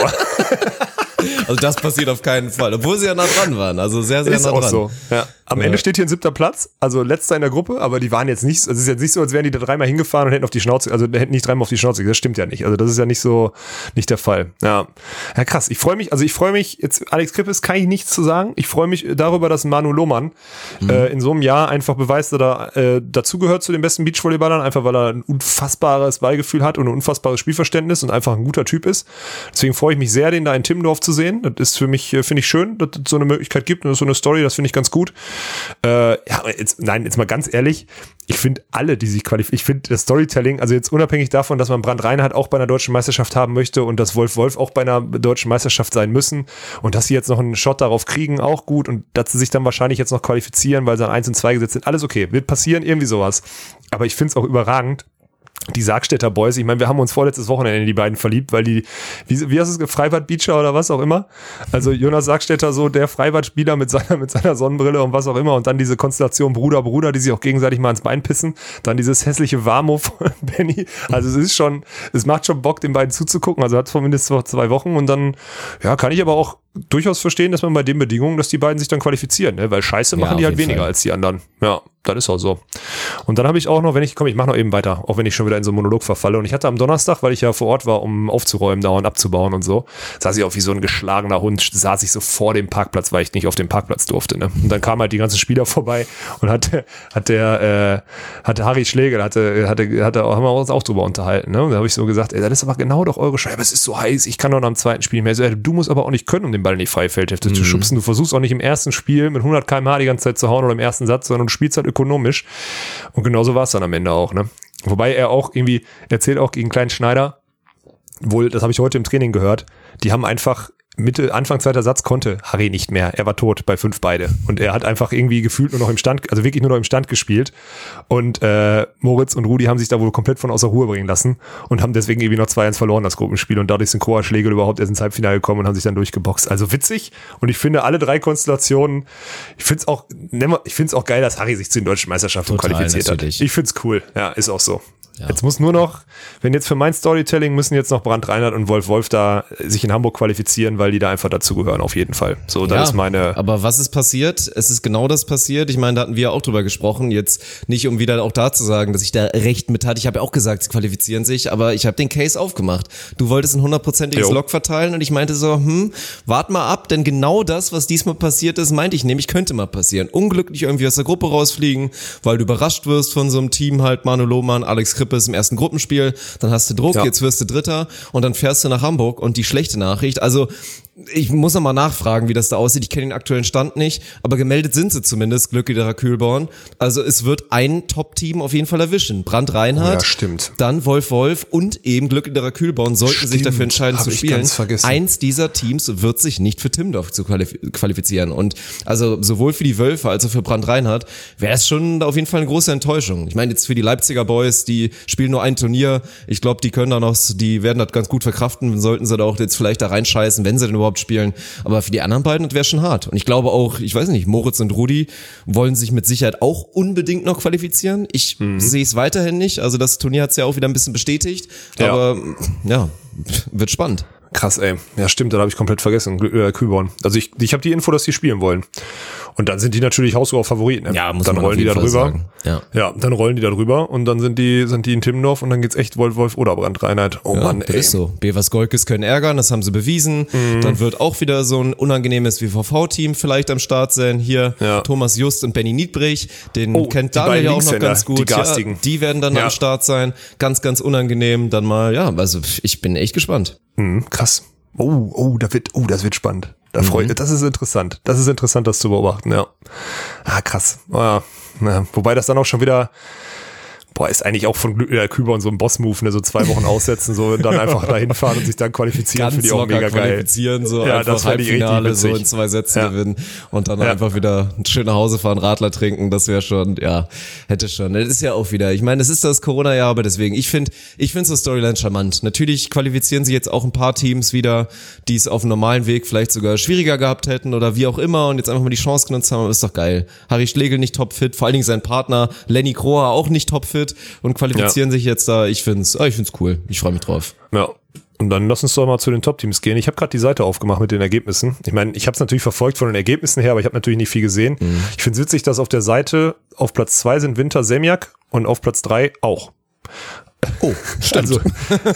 Also das passiert auf keinen Fall, obwohl sie ja nah dran waren, also sehr, sehr Ist nah auch dran. so. Ja. Am Ja. Ende steht hier ein siebter Platz, also letzter in der Gruppe, aber die waren jetzt nicht, also es ist jetzt nicht so, als wären die da dreimal hingefahren und hätten auf die Schnauze, also hätten nicht dreimal auf die Schnauze, das stimmt ja nicht, also das ist ja nicht so, nicht der Fall. Ja, ja krass, ich freue mich, also ich freue mich, jetzt Alex Krippes kann ich nichts zu sagen, ich freue mich darüber, dass Manu Lohmann mhm. äh, in so einem Jahr einfach beweist, dass er äh, dazugehört zu den besten Beachvolleyballern, einfach weil er ein unfassbares Ballgefühl hat und ein unfassbares Spielverständnis und einfach ein guter Typ ist. Deswegen freue ich mich sehr, den da in Timmendorf zu sehen. Das ist für mich, finde ich schön, dass es so eine Möglichkeit gibt und so eine Story, das finde ich ganz gut. Äh, ja, jetzt, nein, jetzt mal ganz ehrlich, ich finde alle, die sich qualifizieren, ich finde das Storytelling, also jetzt unabhängig davon, dass man Brand Reinhardt auch bei einer deutschen Meisterschaft haben möchte und dass Wolf Wolf auch bei einer deutschen Meisterschaft sein müssen und dass sie jetzt noch einen Shot darauf kriegen, auch gut und dass sie sich dann wahrscheinlich jetzt noch qualifizieren, weil sie an eins und zwei gesetzt sind, alles okay, wird passieren, irgendwie sowas. Aber ich finde es auch überragend, die Sargstädter Boys, ich meine, wir haben uns vorletztes Wochenende in die beiden verliebt, weil die, wie, wie heißt es, Freibad-Beacher oder was auch immer. Also Jonas Sargstädter, so der Freibad-Spieler mit seiner, mit seiner Sonnenbrille und was auch immer und dann diese Konstellation Bruder, Bruder, die sich auch gegenseitig mal ins Bein pissen. Dann dieses hässliche Warmo von Benny. Also es ist schon, es macht schon Bock, den beiden zuzugucken. Also hat zumindest vor zwei Wochen und dann, ja, kann ich aber auch durchaus verstehen, dass man bei den Bedingungen, dass die beiden sich dann qualifizieren, ne? Weil Scheiße machen Ja, die auf halt jeden weniger Fall. als die anderen. Ja, das ist auch so. Und dann habe ich auch noch, wenn ich, komm, ich mache noch eben weiter, auch wenn ich schon wieder in so einen Monolog verfalle. Und ich hatte am Donnerstag, weil ich ja vor Ort war, um aufzuräumen da und abzubauen und so, saß ich auch wie so ein geschlagener Hund, saß ich so vor dem Parkplatz, weil ich nicht auf dem Parkplatz durfte. Ne? Und dann kamen halt die ganzen Spieler vorbei und hat, hat der, äh, hatte Harry Schlegel, hatte, hatte, hatte, haben wir uns auch drüber unterhalten. Ne? Und da habe ich so gesagt, ey, das ist aber genau doch eure Scheibe, es ist so heiß, ich kann doch noch am zweiten Spiel nicht mehr. So, ey, du musst aber auch nicht können, um den Ball in die freie Feldhälfte zu schubsen. Du versuchst auch nicht im ersten Spiel mit hundert Kilometer pro Stunde die ganze Zeit zu hauen oder im ersten Satz, sondern du spielst halt ökonomisch. Und genauso war es dann am Ende auch, ne? Wobei er auch irgendwie, erzählt auch gegen Klein Schneider, wohl, das habe ich heute im Training gehört, die haben einfach Mitte, Anfang zweiter Satz konnte Harry nicht mehr. Er war tot bei fünf beide. Und er hat einfach irgendwie gefühlt nur noch im Stand, also wirklich nur noch im Stand gespielt. Und äh, Moritz und Rudi haben sich da wohl komplett von außer Ruhe bringen lassen und haben deswegen irgendwie noch zwei eins verloren, das Gruppenspiel. Und dadurch sind Kroa Schlegel überhaupt erst ins Halbfinale gekommen und haben sich dann durchgeboxt. Also witzig. Und ich finde alle drei Konstellationen, ich finde es auch, ich finde es auch geil, dass Harry sich zu den deutschen Meisterschaften Total, qualifiziert natürlich. hat. Ich finde es cool. Ja, ist auch so. Ja. Jetzt muss nur noch, wenn jetzt für mein Storytelling müssen jetzt noch Brand Reinhardt und Wolf Wolf da sich in Hamburg qualifizieren, weil die da einfach dazugehören, auf jeden Fall. So, das Ja, ist meine. aber was ist passiert? Es ist genau das passiert. Ich meine, da hatten wir ja auch drüber gesprochen. Jetzt nicht, um wieder auch da zu sagen, dass ich da recht mit hatte. Ich habe ja auch gesagt, sie qualifizieren sich, aber ich habe den Case aufgemacht. Du wolltest ein hundertprozentiges Jo. Lock verteilen und ich meinte so, hm, wart mal ab, denn genau das, was diesmal passiert ist, meinte ich nämlich, könnte mal passieren. Unglücklich irgendwie aus der Gruppe rausfliegen, weil du überrascht wirst von so einem Team, halt Manu Lohmann, Alex Krippes im ersten Gruppenspiel, dann hast du Druck, Ja. jetzt wirst du Dritter und dann fährst du nach Hamburg und die schlechte Nachricht, also ich muss noch mal nachfragen, wie das da aussieht. Ich kenne den aktuellen Stand nicht, aber gemeldet sind sie zumindest, Glückliederer Kühlborn. Also es wird ein Top-Team auf jeden Fall erwischen. Brandt Reinhardt, ja, stimmt. Dann Wolf Wolf und eben Glückliederer Kühlborn sollten Stimmt, sich dafür entscheiden zu spielen. Ganz vergessen. Eins dieser Teams wird sich nicht für Timmendorf zu qualif- qualifizieren. Und also sowohl für die Wölfe als auch für Brandt Reinhardt wäre es schon auf jeden Fall eine große Enttäuschung. Ich meine jetzt für die Leipziger Boys, die spielen nur ein Turnier. Ich glaube, die können da noch, die werden das ganz gut verkraften, sollten sie da auch jetzt vielleicht da reinscheißen, wenn sie denn überhaupt spielen. Aber für die anderen beiden, das wäre schon hart. Und ich glaube auch, ich weiß nicht, Moritz und Rudi wollen sich mit Sicherheit auch unbedingt noch qualifizieren. Ich mhm. sehe es weiterhin nicht. Also das Turnier hat es ja auch wieder ein bisschen bestätigt. Ja. Aber ja, wird spannend. Krass, ey. Ja, stimmt, das habe ich komplett vergessen. Äh, Kühlborn. Also ich, ich habe die Info, dass die spielen wollen. Und dann sind die natürlich haushoher Favoriten. Ne? Ja, muss dann man rollen auf die jeden da Fall drüber. sagen. Ja. ja, dann rollen die da drüber und dann sind die sind die in Timmendorf und dann geht's echt Wolf Wolf oder Brandt Reinhardt. Oh ja, Mann, das ey. ist so. Bevers Golkes können ärgern, das haben sie bewiesen. Mhm. Dann wird auch wieder so ein unangenehmes W V V-Team vielleicht am Start sein. Hier ja. Thomas Just und Benny Niedbrich, den oh, kennt Daniel ja auch noch ganz gut. Die garstigen. Ja, die werden dann ja. am Start sein. Ganz, ganz unangenehm. Dann mal, ja, also ich bin echt gespannt. Mhm, krass. Oh, oh, da wird, oh, das wird spannend. Da Mhm. freut, das ist interessant. Das ist interessant, das zu beobachten, ja. Ah, krass. Ah, ja. Wobei das dann auch schon wieder, boah, ist eigentlich auch von äh, Kühlborn so ein Boss-Move, ne, so zwei Wochen aussetzen, so und dann einfach dahin fahren und sich dann qualifizieren, Ganz für die auch locker mega geil. qualifizieren, so ja, einfach das fand ich richtig Halbfinale, so witzig. in zwei Sätzen Ja. gewinnen und dann Ja. einfach wieder schön nach Hause fahren, Radler trinken, das wäre schon, ja, hätte schon. Das ist ja auch wieder, ich meine, es ist das Corona-Jahr, aber deswegen, ich finde, ich finde so Storyline charmant. Natürlich qualifizieren sich jetzt auch ein paar Teams wieder, die es auf dem normalen Weg vielleicht sogar schwieriger gehabt hätten oder wie auch immer und jetzt einfach mal die Chance genutzt haben, aber ist doch geil. Harry Schlegel nicht topfit, vor allen Dingen sein Partner Lenny Kroher auch nicht topfit und qualifizieren ja. sich jetzt da. Ich find's, oh, ich find's cool. Ich freue mich drauf. Ja. Und dann lass uns doch mal zu den Top-Teams gehen. Ich habe gerade die Seite aufgemacht mit den Ergebnissen. Ich meine, ich habe es natürlich verfolgt von den Ergebnissen her, aber ich habe natürlich nicht viel gesehen. Mhm. Ich finde es witzig, dass auf der Seite auf Platz zwei sind Winter Semjak und auf Platz drei auch. Oh, stimmt. Also,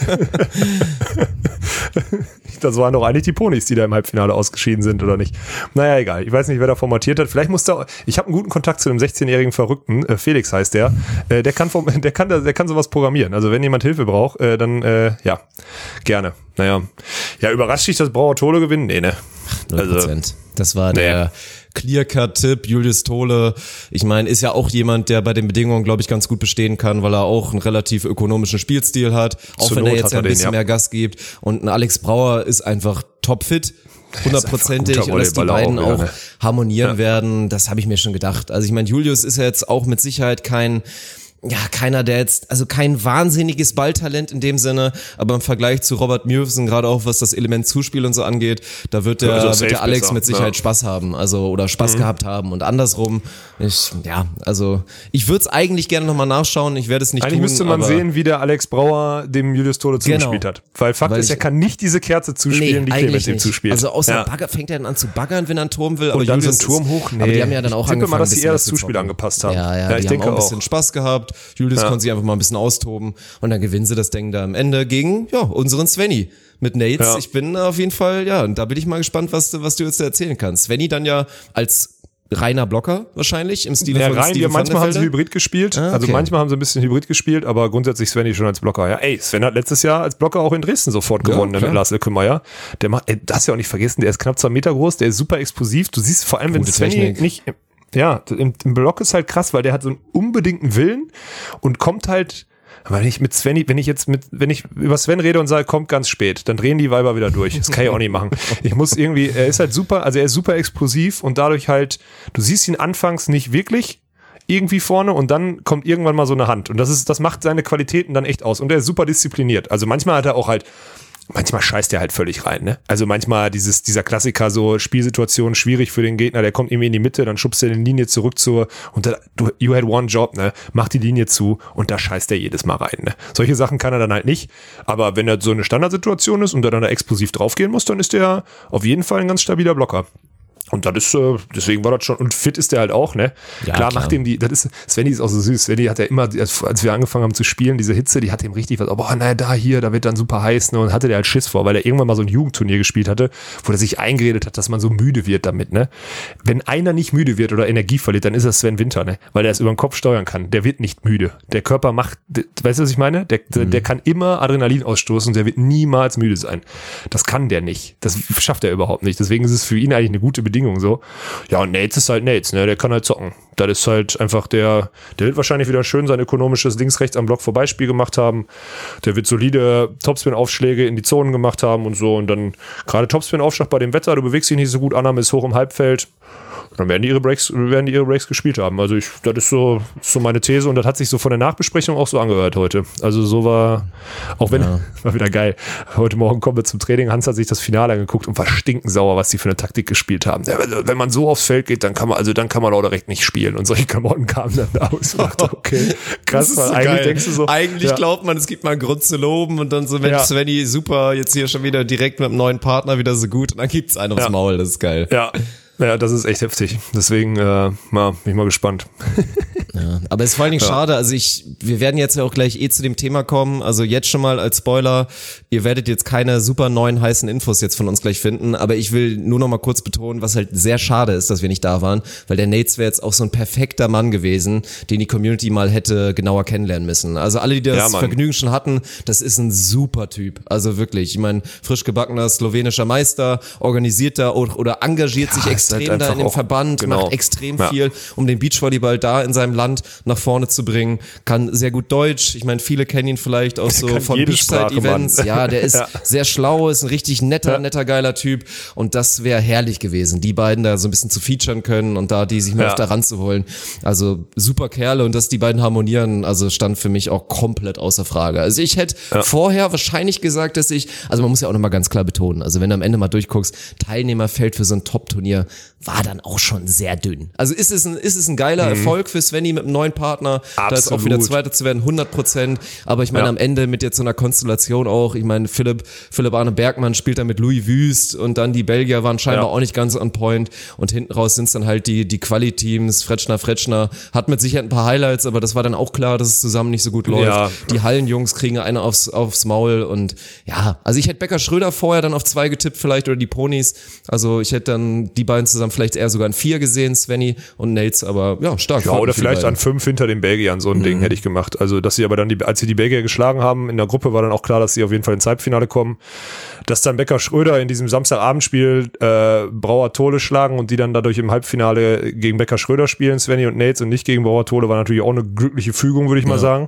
das waren doch eigentlich die Ponys, die da im Halbfinale ausgeschieden sind, oder nicht? Naja, egal. Ich weiß nicht, wer da formatiert hat. Vielleicht muss da, ich habe einen guten Kontakt zu einem sechzehnjährigen Verrückten, äh, Felix heißt der. Äh, der kann vom, der kann der kann sowas programmieren. Also wenn jemand Hilfe braucht, äh, dann äh, ja, gerne. Naja. Ja, überrascht dich, dass Brauer Tole gewinnen? Nee, ne? null Prozent. Also, das war der nee. Clear-Cut-Tipp, Julius Tole. Ich meine, ist ja auch jemand, der bei den Bedingungen, glaube ich, ganz gut bestehen kann, weil er auch einen relativ ökonomischen Spielstil hat, auch Zur wenn Not er jetzt ja ein bisschen den, ja. mehr Gas gibt. Und ein Alex Brauer ist einfach topfit, hundertprozentig, und dass die beiden auch, auch harmonieren ja. werden, das habe ich mir schon gedacht. Also ich meine, Julius ist ja jetzt auch mit Sicherheit kein ja, keiner, der jetzt, also kein wahnsinniges Balltalent in dem Sinne, aber im Vergleich zu Robert Mürfsen, gerade auch was das Element Zuspiel und so angeht, da wird der, also wird der Alex besser. mit Sicherheit ja. Spaß haben, also, oder Spaß mhm. gehabt haben und andersrum, ich, ja, also, ich würde es eigentlich gerne nochmal nachschauen, ich werde es nicht eigentlich tun. Eigentlich müsste man sehen, wie der Alex Brauer dem Julius Tole zugespielt genau. hat. Weil Fakt Weil ist, ich, er kann nicht diese Kerze zuspielen, nee, die Clemens ihm zuspielt. Also außer ja. Bagger fängt er dann an zu baggern, wenn er einen Turm will. Und aber dann Julius so einen Turm hoch? Nee. Aber die haben ja dann auch ich angefangen, mal, dass sie eher das zu Zuspiel zocken. angepasst haben. Ja, ja, ja ich die denke haben auch ein auch. bisschen Spaß gehabt. Julius ja. konnte sich einfach mal ein bisschen austoben und dann gewinnen sie das Ding da am Ende gegen, ja, unseren Svenny mit Nates. Ja. Ich bin auf jeden Fall, ja, und da bin ich mal gespannt, was du, was du jetzt da erzählen kannst. Svenny dann ja als reiner Blocker wahrscheinlich im Stile ja, von rein, Steven ja, manchmal haben sie Vandervelde. Hybrid gespielt, Ah, okay. also manchmal haben sie ein bisschen Hybrid gespielt, aber grundsätzlich Svenny schon als Blocker. Ja, ey, Sven hat letztes Jahr als Blocker auch in Dresden sofort Ja, gewonnen, ne, klar. mit Lars Lückemeier. Der macht, ey, das hast du ja auch nicht vergessen, der ist knapp zwei Meter groß, der ist super explosiv. Du siehst vor allem, wenn Gute Svenny Technik. nicht, ja, im, im Block ist halt krass, weil der hat so einen unbedingten Willen und kommt halt. Aber wenn ich mit Svenny, wenn ich jetzt mit, wenn ich über Sven rede und sage, kommt ganz spät, dann drehen die Weiber wieder durch. Das kann ich auch nicht machen. Ich muss irgendwie, er ist halt super, also er ist super explosiv und dadurch halt, du siehst ihn anfangs nicht wirklich irgendwie vorne und dann kommt irgendwann mal so eine Hand und das ist, das macht seine Qualitäten dann echt aus und er ist super diszipliniert. Also manchmal hat er auch halt, manchmal scheißt er halt völlig rein, ne? Also manchmal dieses, dieser Klassiker, so Spielsituation schwierig für den Gegner, der kommt irgendwie in die Mitte, dann schubst er die Linie zurück zur, und da, du, you had one job, ne? Mach die Linie zu und da scheißt er jedes Mal rein, ne? Solche Sachen kann er dann halt nicht, aber wenn er so eine Standardsituation ist und er dann da explosiv draufgehen muss, dann ist der auf jeden Fall ein ganz stabiler Blocker. Und das ist, äh, deswegen war das schon, und fit ist der halt auch, ne? Ja, klar, klar. macht ihm die, das ist, Svenny ist auch so süß. Svenny hat ja immer, als wir angefangen haben zu spielen, diese Hitze, die hat ihm richtig was, oh, boah, naja, da hier, da wird dann super heiß, ne? Und hatte der halt Schiss vor, weil er irgendwann mal so ein Jugendturnier gespielt hatte, wo er sich eingeredet hat, dass man so müde wird damit, ne? Wenn einer nicht müde wird oder Energie verliert, dann ist das Sven Winter, ne? Weil er es über den Kopf steuern kann. Der wird nicht müde. Der Körper macht, weißt du, was ich meine? Der, mhm. der kann immer Adrenalin ausstoßen und der wird niemals müde sein. Das kann der nicht. Das schafft er überhaupt nicht. Deswegen ist es für ihn eigentlich eine gute Bedingung so. Ja, und Nates ist halt Nates, ne? Der kann halt zocken. Das ist halt einfach der, der wird wahrscheinlich wieder schön sein ökonomisches Links-Rechts am Block Vorbeispiel gemacht haben. Der wird solide Topspin-Aufschläge in die Zonen gemacht haben und so. Und dann gerade Topspin-Aufschlag bei dem Wetter, du bewegst dich nicht so gut, Annahme ist hoch im Halbfeld. Dann werden die ihre Breaks, werden die ihre Breaks gespielt haben. Also ich, das ist so, so meine These und das hat sich so von der Nachbesprechung auch so angehört heute. Also so war, auch wenn, ja. war wieder geil. Heute Morgen kommen wir zum Training, Hans hat sich das Finale angeguckt und war stinkensauer, was die für eine Taktik gespielt haben. Ja, wenn man so aufs Feld geht, dann kann man, also dann kann man auch direkt nicht spielen und solche Klamotten kamen dann da aus. Okay, krass, weil so eigentlich geil. denkst du so. Eigentlich ja. glaubt man, es gibt mal einen Grund zu loben und dann so, Mensch, Ja. Svenny, super, jetzt hier schon wieder direkt mit einem neuen Partner wieder so gut und dann gibt's einen aufs Ja. Maul, das ist geil. Ja. Ja, das ist echt heftig. Deswegen, äh, mal, bin ich mal gespannt. Ja, aber es ist vor allen Dingen Ja. schade, also ich, wir werden jetzt ja auch gleich eh zu dem Thema kommen, also jetzt schon mal als Spoiler, ihr werdet jetzt keine super neuen heißen Infos jetzt von uns gleich finden, aber ich will nur noch mal kurz betonen, was halt sehr schade ist, dass wir nicht da waren, weil der Nates wäre jetzt auch so ein perfekter Mann gewesen, den die Community mal hätte genauer kennenlernen müssen. Also alle, die das Ja, Mann. Vergnügen schon hatten, das ist ein super Typ, also wirklich, ich meine, frisch gebackener slowenischer Meister, organisiert da oder, oder engagiert Ja, sich ist extrem halt da einfach in dem auch- Verband, genau. macht extrem Ja. viel, um den Beachvolleyball da in seinem Land nach vorne zu bringen, kann sehr gut Deutsch, ich meine, viele kennen ihn vielleicht auch so kann von jede Sprache, Beachside-Events, Mann. ja, der ist Ja. sehr schlau, ist ein richtig netter, Ja. netter, geiler Typ und das wäre herrlich gewesen, die beiden da so ein bisschen zu featuren können und da die sich mal Ja. öfter ranzuholen, also super Kerle und dass die beiden harmonieren, also stand für mich auch komplett außer Frage, also ich hätte Ja. vorher wahrscheinlich gesagt, dass ich, also man muss ja auch nochmal ganz klar betonen, also wenn du am Ende mal durchguckst, Teilnehmerfeld für so ein Top-Turnier war dann auch schon sehr dünn. Also ist es ein, ist es ein geiler Mhm. Erfolg für Svenny mit einem neuen Partner, da ist auch Absolut. wieder Zweiter zu werden, hundert Prozent. Aber ich meine, Ja. am Ende mit jetzt so einer Konstellation auch, ich meine, Philipp, Philipp Arne Bergmann spielt da mit Louis Wüst und dann die Belgier waren scheinbar Ja. auch nicht ganz on point und hinten raus sind es dann halt die, die Quali-Teams, Fretschner, Fretschner, hat mit Sicherheit ein paar Highlights, aber das war dann auch klar, dass es zusammen nicht so gut läuft. Ja. Die Hallenjungs kriegen eine aufs, aufs Maul und ja, also ich hätte Becker Schröder vorher dann auf zwei getippt vielleicht oder die Ponys, also ich hätte dann die beiden zusammen vielleicht eher sogar ein vier gesehen, Svenny und Nates, aber ja, stark. Ja, Freut oder mich für die vielleicht beiden. an fünf hinter den Belgiern, so ein Mhm. Ding hätte ich gemacht. Also, dass sie aber dann, die, als sie die Belgier geschlagen haben, in der Gruppe war dann auch klar, dass sie auf jeden Fall ins Halbfinale kommen. Dass dann Becker Schröder in diesem Samstagabendspiel äh, Brauer Tole schlagen und die dann dadurch im Halbfinale gegen Becker Schröder spielen, Svenny und Nates und nicht gegen Brauer Tole, war natürlich auch eine glückliche Fügung, würde ich mal Ja. sagen.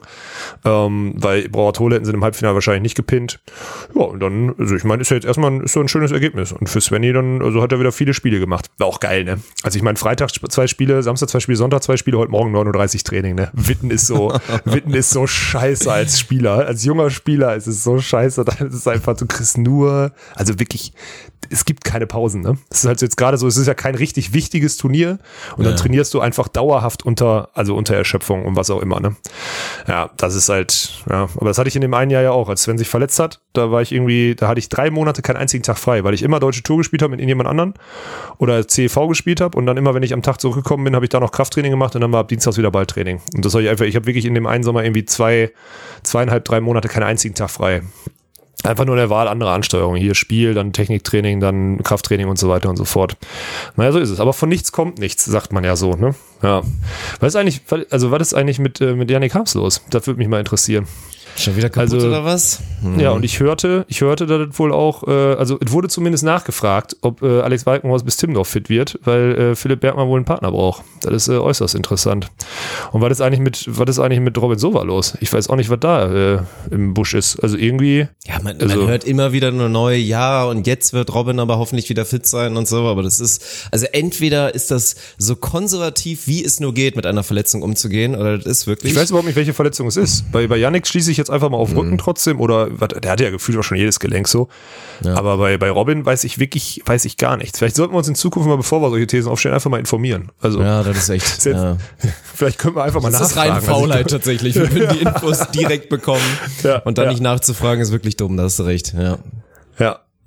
Ähm, weil Brauer Tole hätten sie im Halbfinale wahrscheinlich nicht gepinnt. Ja, und dann, also ich meine, ist ja jetzt erstmal ein, ist so ein schönes Ergebnis. Und für Svenny dann, also hat er wieder viele Spiele gemacht. War auch geil, ne? Also ich meine, Freitag zwei Spiele, Samstag zwei Spiele, Sonntag zwei Spiele, heute Morgen neununddreißig Training, ne? Witten ist so, Witten ist so scheiße als Spieler, als junger Spieler ist es so scheiße, das ist einfach, du kriegst nur, also wirklich, es gibt keine Pausen, ne? Es ist halt jetzt gerade so, es ist ja kein richtig wichtiges Turnier und dann Ja. trainierst du einfach dauerhaft unter, also unter Erschöpfung und was auch immer, ne? Ja, das ist halt, ja, aber das hatte ich in dem einen Jahr ja auch, als Sven sich verletzt hat, da war ich irgendwie, da hatte ich drei Monate keinen einzigen Tag frei, weil ich immer Deutsche Tour gespielt habe mit irgendjemand anderen oder C E V gespielt habe und dann immer, wenn ich am Tag zurückgekommen bin, habe ich da noch Krafttraining gemacht und dann war ab Dienstags wieder Balltraining. Und das habe ich einfach, ich habe wirklich in dem einen Sommer irgendwie zwei, zweieinhalb, drei Monate keinen einzigen Tag frei. Einfach nur der Wahl anderer Ansteuerung. Hier Spiel, dann Techniktraining, dann Krafttraining und so weiter und so fort. Naja, so ist es. Aber von nichts kommt nichts, sagt man ja so, ne? Ja. Was ist eigentlich, also was ist eigentlich mit, mit Yannick Harms los? Das würde mich mal interessieren. Schon wieder kaputt Also- oder was? Hm. Ja, und ich hörte, ich hörte, dass es wohl auch, äh, also es wurde zumindest nachgefragt, ob äh, Alex Walkenhorst bis Timmendorf fit wird, weil äh, Philipp Bergmann wohl einen Partner braucht. Das ist äh, äußerst interessant. Und was ist eigentlich mit, was ist eigentlich mit Robin Sova los? Ich weiß auch nicht, was da äh, im Busch ist. Also irgendwie. Ja, man, Also- man hört immer wieder nur neue, ja, und jetzt wird Robin aber hoffentlich wieder fit sein und so, aber das ist, also entweder ist das so konservativ, wie es nur geht, mit einer Verletzung umzugehen, oder das ist wirklich... Ich weiß überhaupt nicht, welche Verletzung es ist. Bei, bei Yannick schließe ich jetzt einfach mal auf Rücken trotzdem oder was, der hatte ja gefühlt auch schon jedes Gelenk so. Ja. Aber bei, bei Robin weiß ich wirklich, weiß ich gar nichts. Vielleicht sollten wir uns in Zukunft mal, bevor wir solche Thesen aufstellen, einfach mal informieren. Also Ja, das ist echt, jetzt, ja. vielleicht können wir einfach mal Das ist nachfragen. reine Also ich- Faulheit tatsächlich. Wir würden die Infos direkt bekommen Ja, und dann ja. nicht nachzufragen, ist wirklich dumm, da hast du recht, ja. Ja,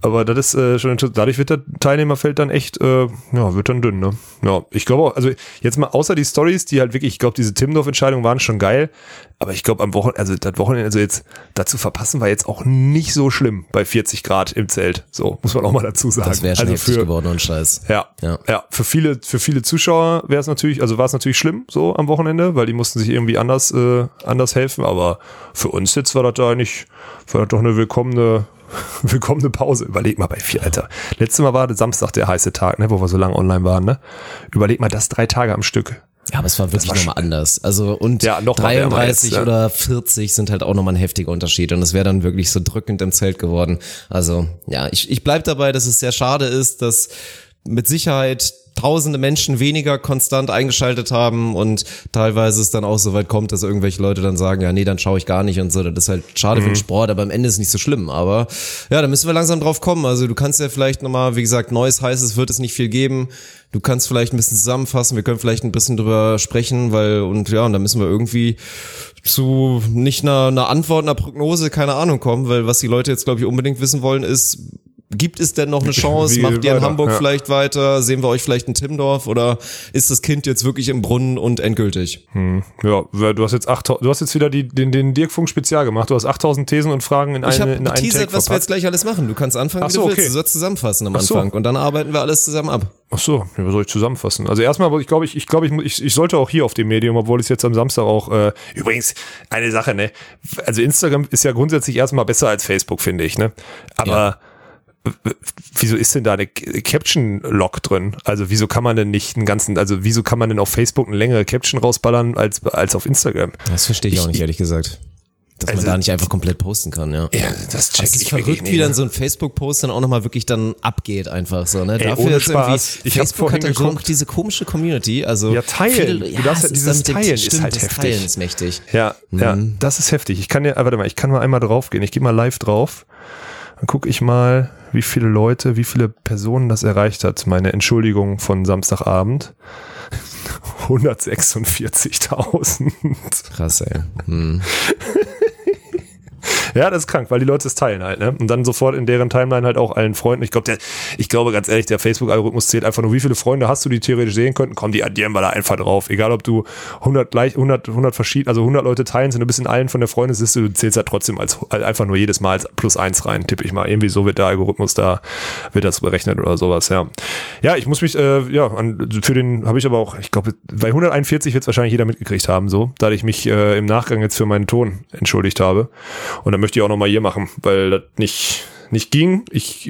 aber das ist äh, schon interessant. Dadurch wird das Teilnehmerfeld dann echt, äh, ja, wird dann dünn, ne? Ja, ich glaube auch, also jetzt mal außer die Stories, die halt wirklich, ich glaube, diese Timmendorf-Entscheidungen waren schon geil, aber ich glaube am Wochenende, also das Wochenende, also jetzt dazu verpassen war jetzt auch nicht so schlimm bei vierzig Grad im Zelt. So, muss man auch mal dazu sagen. Das wäre schon also heftig für, geworden und Scheiß. Ja, ja, ja, für viele, für viele Zuschauer wäre es natürlich, also war es natürlich schlimm so am Wochenende, weil die mussten sich irgendwie anders, äh, anders helfen, aber für uns jetzt war das da eigentlich, war das doch eine willkommene, willkommene Pause. Überleg mal bei vier, Alter. Letztes Mal war der Samstag der heiße Tag, ne, wo wir so lange online waren, ne? Überleg mal, das drei Tage am Stück. Ja, aber es war wirklich nochmal anders. Also und ja, noch dreiunddreißig jetzt, ja. oder vierzig sind halt auch nochmal ein heftiger Unterschied und es wäre dann wirklich so drückend im Zelt geworden. Also ja, ich, ich bleib dabei, dass es sehr schade ist, dass mit Sicherheit tausende Menschen weniger konstant eingeschaltet haben und teilweise es dann auch so weit kommt, dass irgendwelche Leute dann sagen, ja nee, dann schaue ich gar nicht und so. Das ist halt schade mhm. für den Sport, aber am Ende ist es nicht so schlimm. Aber ja, da müssen wir langsam drauf kommen. Also du kannst ja vielleicht nochmal, wie gesagt, neues, heißes wird es nicht viel geben. Du kannst vielleicht ein bisschen zusammenfassen, wir können vielleicht ein bisschen drüber sprechen, weil und ja, und da müssen wir irgendwie zu nicht einer, einer Antwort, einer Prognose, keine Ahnung kommen, weil was die Leute jetzt, glaube ich, unbedingt wissen wollen ist, gibt es denn noch eine Chance? Wie Macht ihr in weiter? Hamburg Ja. vielleicht weiter? Sehen wir euch vielleicht in Timmendorf? Oder ist das Kind jetzt wirklich im Brunnen und endgültig? Hm. Ja, du hast jetzt acht, du hast jetzt wieder die, den, den Dirk Funk Spezial gemacht. Du hast achttausend Thesen und Fragen in eine, Ich habe in einen geteasert, Take was wir verpackt. jetzt gleich alles machen. Du kannst anfangen, Ach wie so, du willst. okay. Du sollst zusammenfassen am Ach so. Anfang und dann arbeiten wir alles zusammen ab. Ach so, ja, was soll ich zusammenfassen? Also erstmal, ich glaube, ich, ich glaube, ich, ich, ich sollte auch hier auf dem Medium, obwohl ich jetzt am Samstag auch, äh, übrigens, eine Sache, ne? Also Instagram ist ja grundsätzlich erstmal besser als Facebook, finde ich, ne? Aber Ja. wieso ist denn da eine Caption-Log drin? Also wieso kann man denn nicht einen ganzen, also wieso kann man denn auf Facebook eine längere Caption rausballern als, als auf Instagram? Das verstehe ich, ich auch nicht, ehrlich gesagt. Dass also, man da nicht einfach komplett posten kann, ja. Ja, das check das ist ich verrückt, wirklich nicht, wie dann ne? so ein Facebook-Post dann auch nochmal wirklich dann abgeht einfach so, ne? Ey, Dafür ohne ist irgendwie, Spaß. Ich hab Facebook vorhin hat dann schon geguckt. diese komische Community, also. Ja, teilen. Viele, Du ja, darfst es ja- ist dieses dann mit dem- Teilen ist stimmt, halt das heftig. Teilen ist mächtig. Ja, Mhm. ja, das ist heftig. Ich kann ja, warte mal, ich kann mal einmal drauf gehen. Ich gehe mal live drauf. Dann gucke ich mal, wie viele Leute, wie viele Personen das erreicht hat. Meine Entschuldigung von Samstagabend. hundertsechsundvierzigtausend. Krass, ey. Hm. Ja, das ist krank, weil die Leute es teilen halt, ne? Und dann sofort in deren Timeline halt auch allen Freunden. Ich glaube, der, ich glaube ganz ehrlich, der Facebook-Algorithmus zählt einfach nur, wie viele Freunde hast du, die theoretisch sehen könnten. Komm, die addieren wir da einfach drauf. Egal, ob du hundert gleich, hundert, hundert verschieden, also hundert Leute teilen, sind du bist in allen von der Freundesliste, du zählst halt trotzdem als, als einfach nur jedes Mal als plus eins rein, tippe ich mal. Irgendwie so wird der Algorithmus da, wird das berechnet oder sowas, ja. Ja, ich muss mich, äh, ja, an, für den habe ich aber auch, ich glaube, bei hunderteinundvierzig wird es wahrscheinlich jeder mitgekriegt haben, so, da ich mich äh, im Nachgang jetzt für meinen Ton entschuldigt habe. Und dann möchte ich auch nochmal hier machen, weil das nicht, nicht ging. Ich,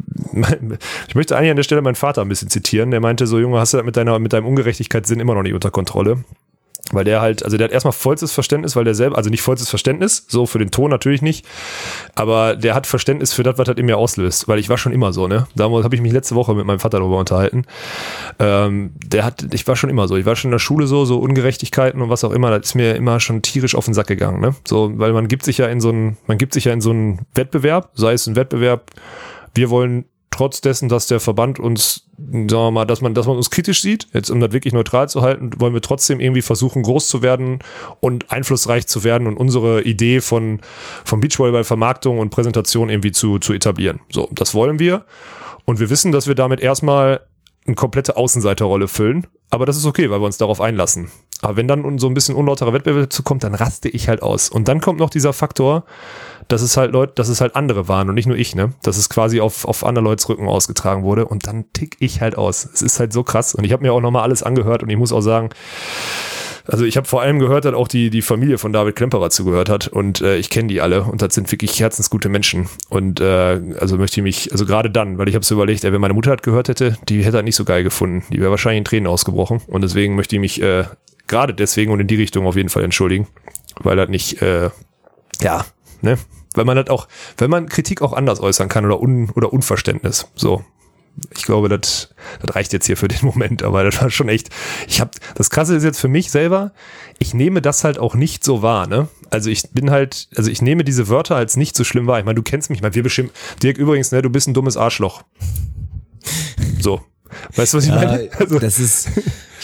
ich möchte eigentlich an der Stelle meinen Vater ein bisschen zitieren. Der meinte so, Junge, hast du das mit deiner, mit deinem Ungerechtigkeitssinn immer noch nicht unter Kontrolle? Weil der halt, also der hat erstmal vollstes Verständnis, weil der selber, also nicht vollstes Verständnis, so für den Ton natürlich nicht, aber der hat Verständnis für das, was das in mir auslöst, weil ich war schon immer so, ne? Damals habe ich mich letzte Woche mit meinem Vater darüber unterhalten. Ähm, der hat, ich war schon immer so, ich war schon in der Schule so, so Ungerechtigkeiten und was auch immer, das ist mir immer schon tierisch auf den Sack gegangen, ne? So, weil man gibt sich ja in so einen, man gibt sich ja in so einen Wettbewerb, sei es ein Wettbewerb, wir wollen trotz dessen, dass der Verband uns, sagen wir mal, dass man, dass man uns kritisch sieht, jetzt um das wirklich neutral zu halten, wollen wir trotzdem irgendwie versuchen, groß zu werden und einflussreich zu werden und unsere Idee von, von Beachvolleyball-Vermarktung und Präsentation irgendwie zu, zu etablieren. So, das wollen wir. Und wir wissen, dass wir damit erstmal eine komplette Außenseiterrolle füllen. Aber das ist okay, weil wir uns darauf einlassen. Aber wenn dann so ein bisschen unlauterer Wettbewerb dazu kommt, dann raste ich halt aus. Und dann kommt noch dieser Faktor, dass es halt Leute, dass es halt andere waren und nicht nur ich, ne? Dass es quasi auf, auf andere Leute's Rücken ausgetragen wurde und dann tick ich halt aus. Es ist halt so krass. Und ich habe mir auch nochmal alles angehört und ich muss auch sagen, also ich habe vor allem gehört, dass auch die, die Familie von David Klemperer zugehört hat und äh, ich kenne die alle und das sind wirklich herzensgute Menschen und äh, also möchte ich mich, also gerade dann, weil ich habe so überlegt, ey, wenn meine Mutter das gehört hätte, die hätte das nicht so geil gefunden, die wäre wahrscheinlich in Tränen ausgebrochen und deswegen möchte ich mich äh, gerade deswegen und in die Richtung auf jeden Fall entschuldigen, weil das nicht, äh, ja, ne, weil man das auch, wenn man Kritik auch anders äußern kann oder Un- oder Unverständnis, so. Ich glaube, das, das reicht jetzt hier für den Moment, aber das war schon echt, ich habe, das Krasse ist jetzt für mich selber, ich nehme das halt auch nicht so wahr, ne? Also ich bin halt, also ich nehme diese Wörter als nicht so schlimm wahr. Ich meine, du kennst mich, ich meine, wir bestimmt, Dirk übrigens, ne, du bist ein dummes Arschloch. So. Weißt du, was ich Ja, meine? Also, das ist,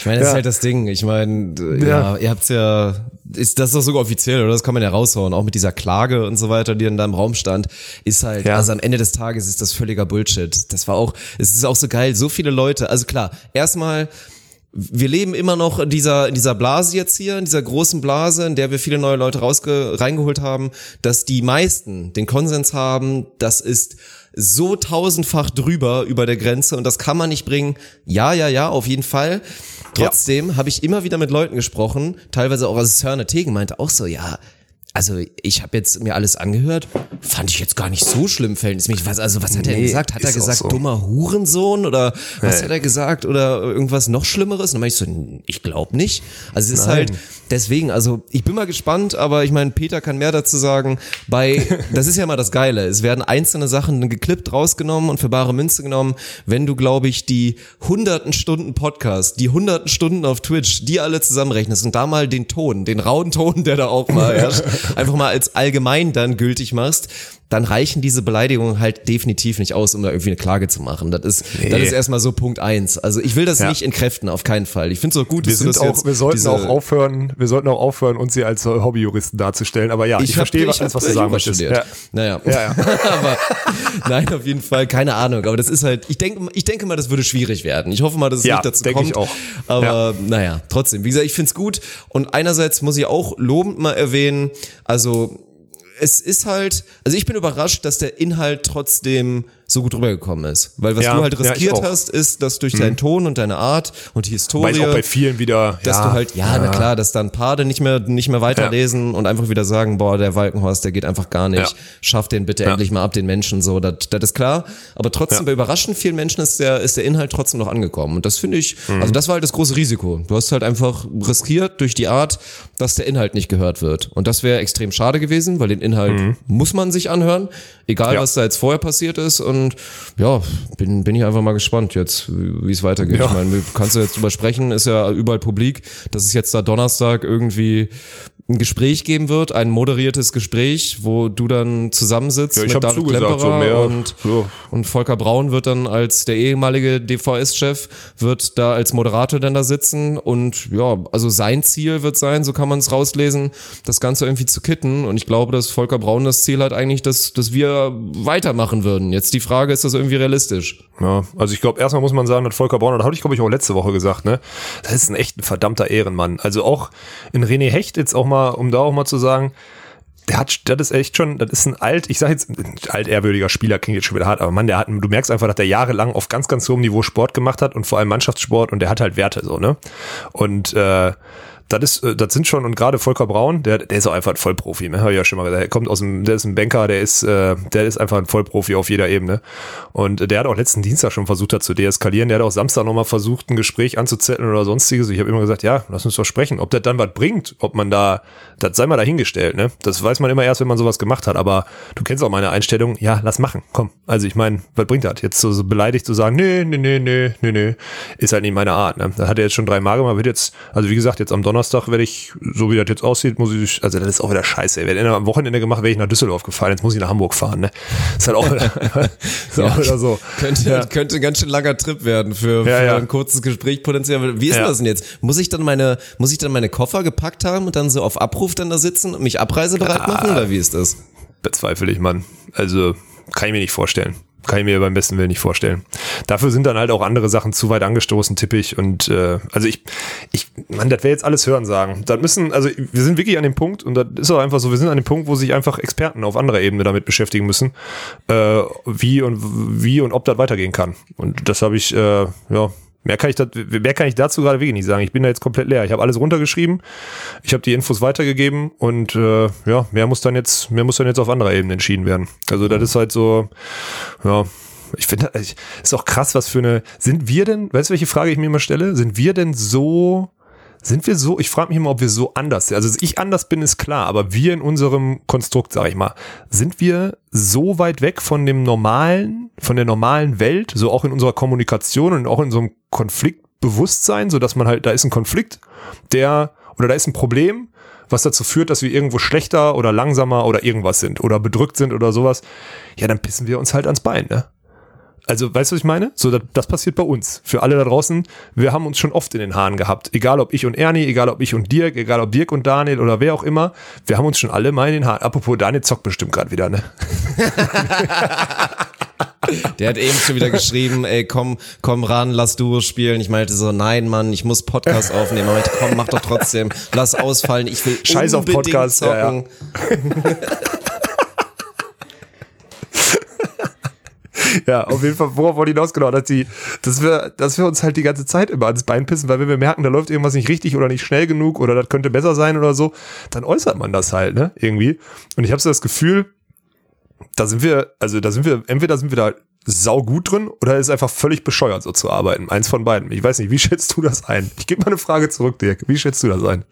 Ich meine, das Ja. ist halt das Ding. Ich meine, ja, Ja. ihr habt's ja, ist das ist doch sogar offiziell, oder? Das kann man ja raushauen. Auch mit dieser Klage und so weiter, die dann da im Raum stand, ist halt, Ja. also am Ende des Tages ist das völliger Bullshit. Das war auch, es ist auch so geil, so viele Leute, also klar, erstmal, wir leben immer noch in dieser, in dieser Blase jetzt hier, in dieser großen Blase, in der wir viele neue Leute rausge, reingeholt haben, dass die meisten den Konsens haben, das ist so tausendfach drüber über der Grenze und das kann man nicht bringen. Ja, ja, ja, auf jeden Fall. Trotzdem ja. habe ich immer wieder mit Leuten gesprochen, teilweise auch, also Sörne Tegen meinte auch so, ja, also ich habe jetzt mir alles angehört, fand ich jetzt gar nicht so schlimm, verhältnismäßig. Was, also was hat er Nee, denn gesagt? Hat er ist gesagt, auch so. dummer Hurensohn oder was Nee. hat er gesagt oder irgendwas noch Schlimmeres? Und dann meinte ich so, ich glaube nicht. Also es ist Nein. halt deswegen, also ich bin mal gespannt, aber ich meine, Peter kann mehr dazu sagen. Bei, das ist ja mal das Geile, es werden einzelne Sachen geklippt rausgenommen und für bare Münze genommen. Wenn du, glaube ich, die hunderten Stunden Podcast, die hunderten Stunden auf Twitch, die alle zusammenrechnest und da mal den Ton, den rauen Ton, der da auch mal herrscht, einfach mal als allgemein dann gültig machst, dann reichen diese Beleidigungen halt definitiv nicht aus, um da irgendwie eine Klage zu machen. Das ist, Nee. das ist erstmal so Punkt eins. Also ich will das Ja. nicht entkräften, auf keinen Fall. Ich finde es auch gut, Wir dass du sind das auch, jetzt wir sollten diese, auch aufhören, wir sollten auch aufhören, uns hier als Hobbyjuristen darzustellen. Aber ja, ich, hab- verstehe ich alles, hab was du sagen Jura möchtest. studiert. Ja. Naja. Ja, ja. aber nein, auf jeden Fall, keine Ahnung. Aber das ist halt, ich denke, ich denke mal, das würde schwierig werden. Ich hoffe mal, dass es Ja, nicht dazu denke kommt. ich auch. Aber Ja. naja, trotzdem. Wie gesagt, ich find's gut. Und einerseits muss ich auch lobend mal erwähnen, also es ist halt, also ich bin überrascht, dass der Inhalt trotzdem so gut rübergekommen ist. Weil was Ja, du halt ja, ich riskiert auch. hast, ist, dass durch deinen Ton und deine Art und die Historie, Weil ich auch bei vielen wieder, dass ja, du halt, ja, na klar, dass dann Paare nicht mehr, nicht mehr weiterlesen und einfach wieder sagen, boah, der Walkenhorst, der geht einfach gar nicht. Ja. Schaff den bitte Ja. endlich mal ab, den Menschen, so, das, das ist klar. Aber trotzdem, Ja. bei überraschend vielen Menschen ist der, ist der Inhalt trotzdem noch angekommen. Und das finde ich, Mhm. also das war halt das große Risiko. Du hast halt einfach riskiert durch die Art, dass der Inhalt nicht gehört wird. Und das wäre extrem schade gewesen, weil den Inhalt muss man sich anhören, egal Mhm. Ja. was da jetzt vorher passiert ist. Und ja, bin, bin ich einfach mal gespannt jetzt, wie es weitergeht. Ja. Ich meine, kannst du jetzt drüber sprechen, ist ja überall publik, dass es jetzt da Donnerstag irgendwie ein Gespräch geben wird, ein moderiertes Gespräch, wo du dann zusammensitzt Ja, ich mit hab David zugesagt, Klemperer so mehr, und, so. und Volker Braun wird dann als der ehemalige D V S-Chef, wird da als Moderator dann da sitzen und ja, also sein Ziel wird sein, so kann man es rauslesen, das Ganze irgendwie zu kitten und ich glaube, dass Volker Braun das Ziel hat eigentlich, dass, dass wir weitermachen würden. Jetzt die Frage, ist das irgendwie realistisch? Ja, also ich glaube, erstmal muss man sagen, dass Volker Braun, das habe ich glaube ich auch letzte Woche gesagt, ne, das ist ein echt ein verdammter Ehrenmann. Also auch in René Hecht jetzt auch mal, um da auch mal zu sagen, der hat, das ist echt schon, das ist ein alt, ich sage jetzt, ein altehrwürdiger Spieler, klingt jetzt schon wieder hart, aber Mann, der hat, du merkst einfach, dass der jahrelang auf ganz, ganz hohem Niveau Sport gemacht hat und vor allem Mannschaftssport und der hat halt Werte so, ne, und äh, das ist, das sind schon, und gerade Volker Braun, der, der ist auch einfach ein Vollprofi, ne? Habe ich ja schon mal gesagt. Er kommt aus dem, der ist ein Banker, der ist, äh, der ist einfach ein Vollprofi auf jeder Ebene. Und der hat auch letzten Dienstag schon versucht, das zu deeskalieren. Der hat auch Samstag nochmal versucht, ein Gespräch anzuzetteln oder sonstiges. Ich habe immer gesagt, ja, lass uns doch sprechen. Ob das dann was bringt, ob man da, das sei mal dahingestellt, ne? Das weiß man immer erst, wenn man sowas gemacht hat. Aber du kennst auch meine Einstellung, ja, lass machen, komm. Also ich meine, was bringt das? Jetzt so, so beleidigt zu sagen, nee, nee, nee, nee, nee, nee, ist halt nicht meine Art, ne? Das hat er jetzt schon dreimal gemacht, wird jetzt, also wie gesagt, jetzt am Donnerstag werde ich, so wie das jetzt aussieht, muss ich, also das ist auch wieder scheiße, ey. Wenn er am Wochenende gemacht, wäre ich nach Düsseldorf gefahren, jetzt muss ich nach Hamburg fahren, ne? Ist halt auch wieder, ist Ja. auch wieder so. Könnte, Ja. könnte ein ganz schön langer Trip werden für, Ja, für ja. ein kurzes Gespräch potenziell. Wie ist Ja. das denn jetzt? Muss ich dann meine, muss ich dann meine Koffer gepackt haben und dann so auf Abruf dann da sitzen und mich abreisebereit machen oder wie ist das? Bezweifle ich, Mann. Also, kann ich mir nicht vorstellen. Kann ich mir beim besten Willen nicht vorstellen. Dafür sind dann halt auch andere Sachen zu weit angestoßen, tippe ich. Und äh, also ich, ich, Mann, das wäre jetzt alles Hören sagen. Das müssen, also wir sind wirklich an dem Punkt, und das ist auch einfach so, wir sind an dem Punkt, wo sich einfach Experten auf anderer Ebene damit beschäftigen müssen, äh, wie und wie und ob das weitergehen kann. Und das habe ich, äh, ja. Mehr kann ich da, mehr kann ich dazu gerade wirklich nicht sagen. Ich bin da jetzt komplett leer. Ich habe alles runtergeschrieben, ich habe die Infos weitergegeben und äh, ja, mehr muss dann jetzt, mehr muss dann jetzt auf anderer Ebene entschieden werden. Also das ist halt so, ja, ich finde, ich, ist auch krass, was für eine, sind wir denn, weißt du, welche Frage ich mir immer stelle? Sind wir denn so, sind wir so, ich frage mich immer, ob wir so anders sind. Also dass ich anders bin, ist klar, aber wir in unserem Konstrukt, sag ich mal, sind wir so weit weg von dem normalen, von der normalen Welt, so auch in unserer Kommunikation und auch in so einem Konfliktbewusstsein, so dass man halt, da ist ein Konflikt, der, oder da ist ein Problem, was dazu führt, dass wir irgendwo schlechter oder langsamer oder irgendwas sind oder bedrückt sind oder sowas, ja, dann pissen wir uns halt ans Bein, ne? Also, weißt du, was ich meine? So, das, das passiert bei uns. Für alle da draußen, wir haben uns schon oft in den Haaren gehabt. Egal ob ich und Ernie, egal ob ich und Dirk, egal ob Dirk und Daniel oder wer auch immer. Wir haben uns schon alle mal in den Haaren. Apropos, Daniel zockt bestimmt gerade wieder, ne? Der hat eben schon wieder geschrieben, ey, komm, komm ran, lass Duo spielen. Ich meinte so, nein, Mann, ich muss Podcast aufnehmen. Ich meinte, komm, mach doch trotzdem, lass ausfallen. Ich will Scheiß auf unbedingt Podcast, zocken. Ja, ja. Ja, auf jeden Fall, worauf wollte ich hinaus, genau, dass, die, dass, wir, dass wir uns halt die ganze Zeit immer ans Bein pissen, weil wenn wir merken, da läuft irgendwas nicht richtig oder nicht schnell genug oder das könnte besser sein oder so, dann äußert man das halt, ne, irgendwie. Und ich habe so das Gefühl, da sind wir, also da sind wir, entweder sind wir da sau gut drin oder ist einfach völlig bescheuert, so zu arbeiten. Eins von beiden. Ich weiß nicht, wie schätzt du das ein? Ich gebe mal eine Frage zurück, Dirk. Wie schätzt du das ein?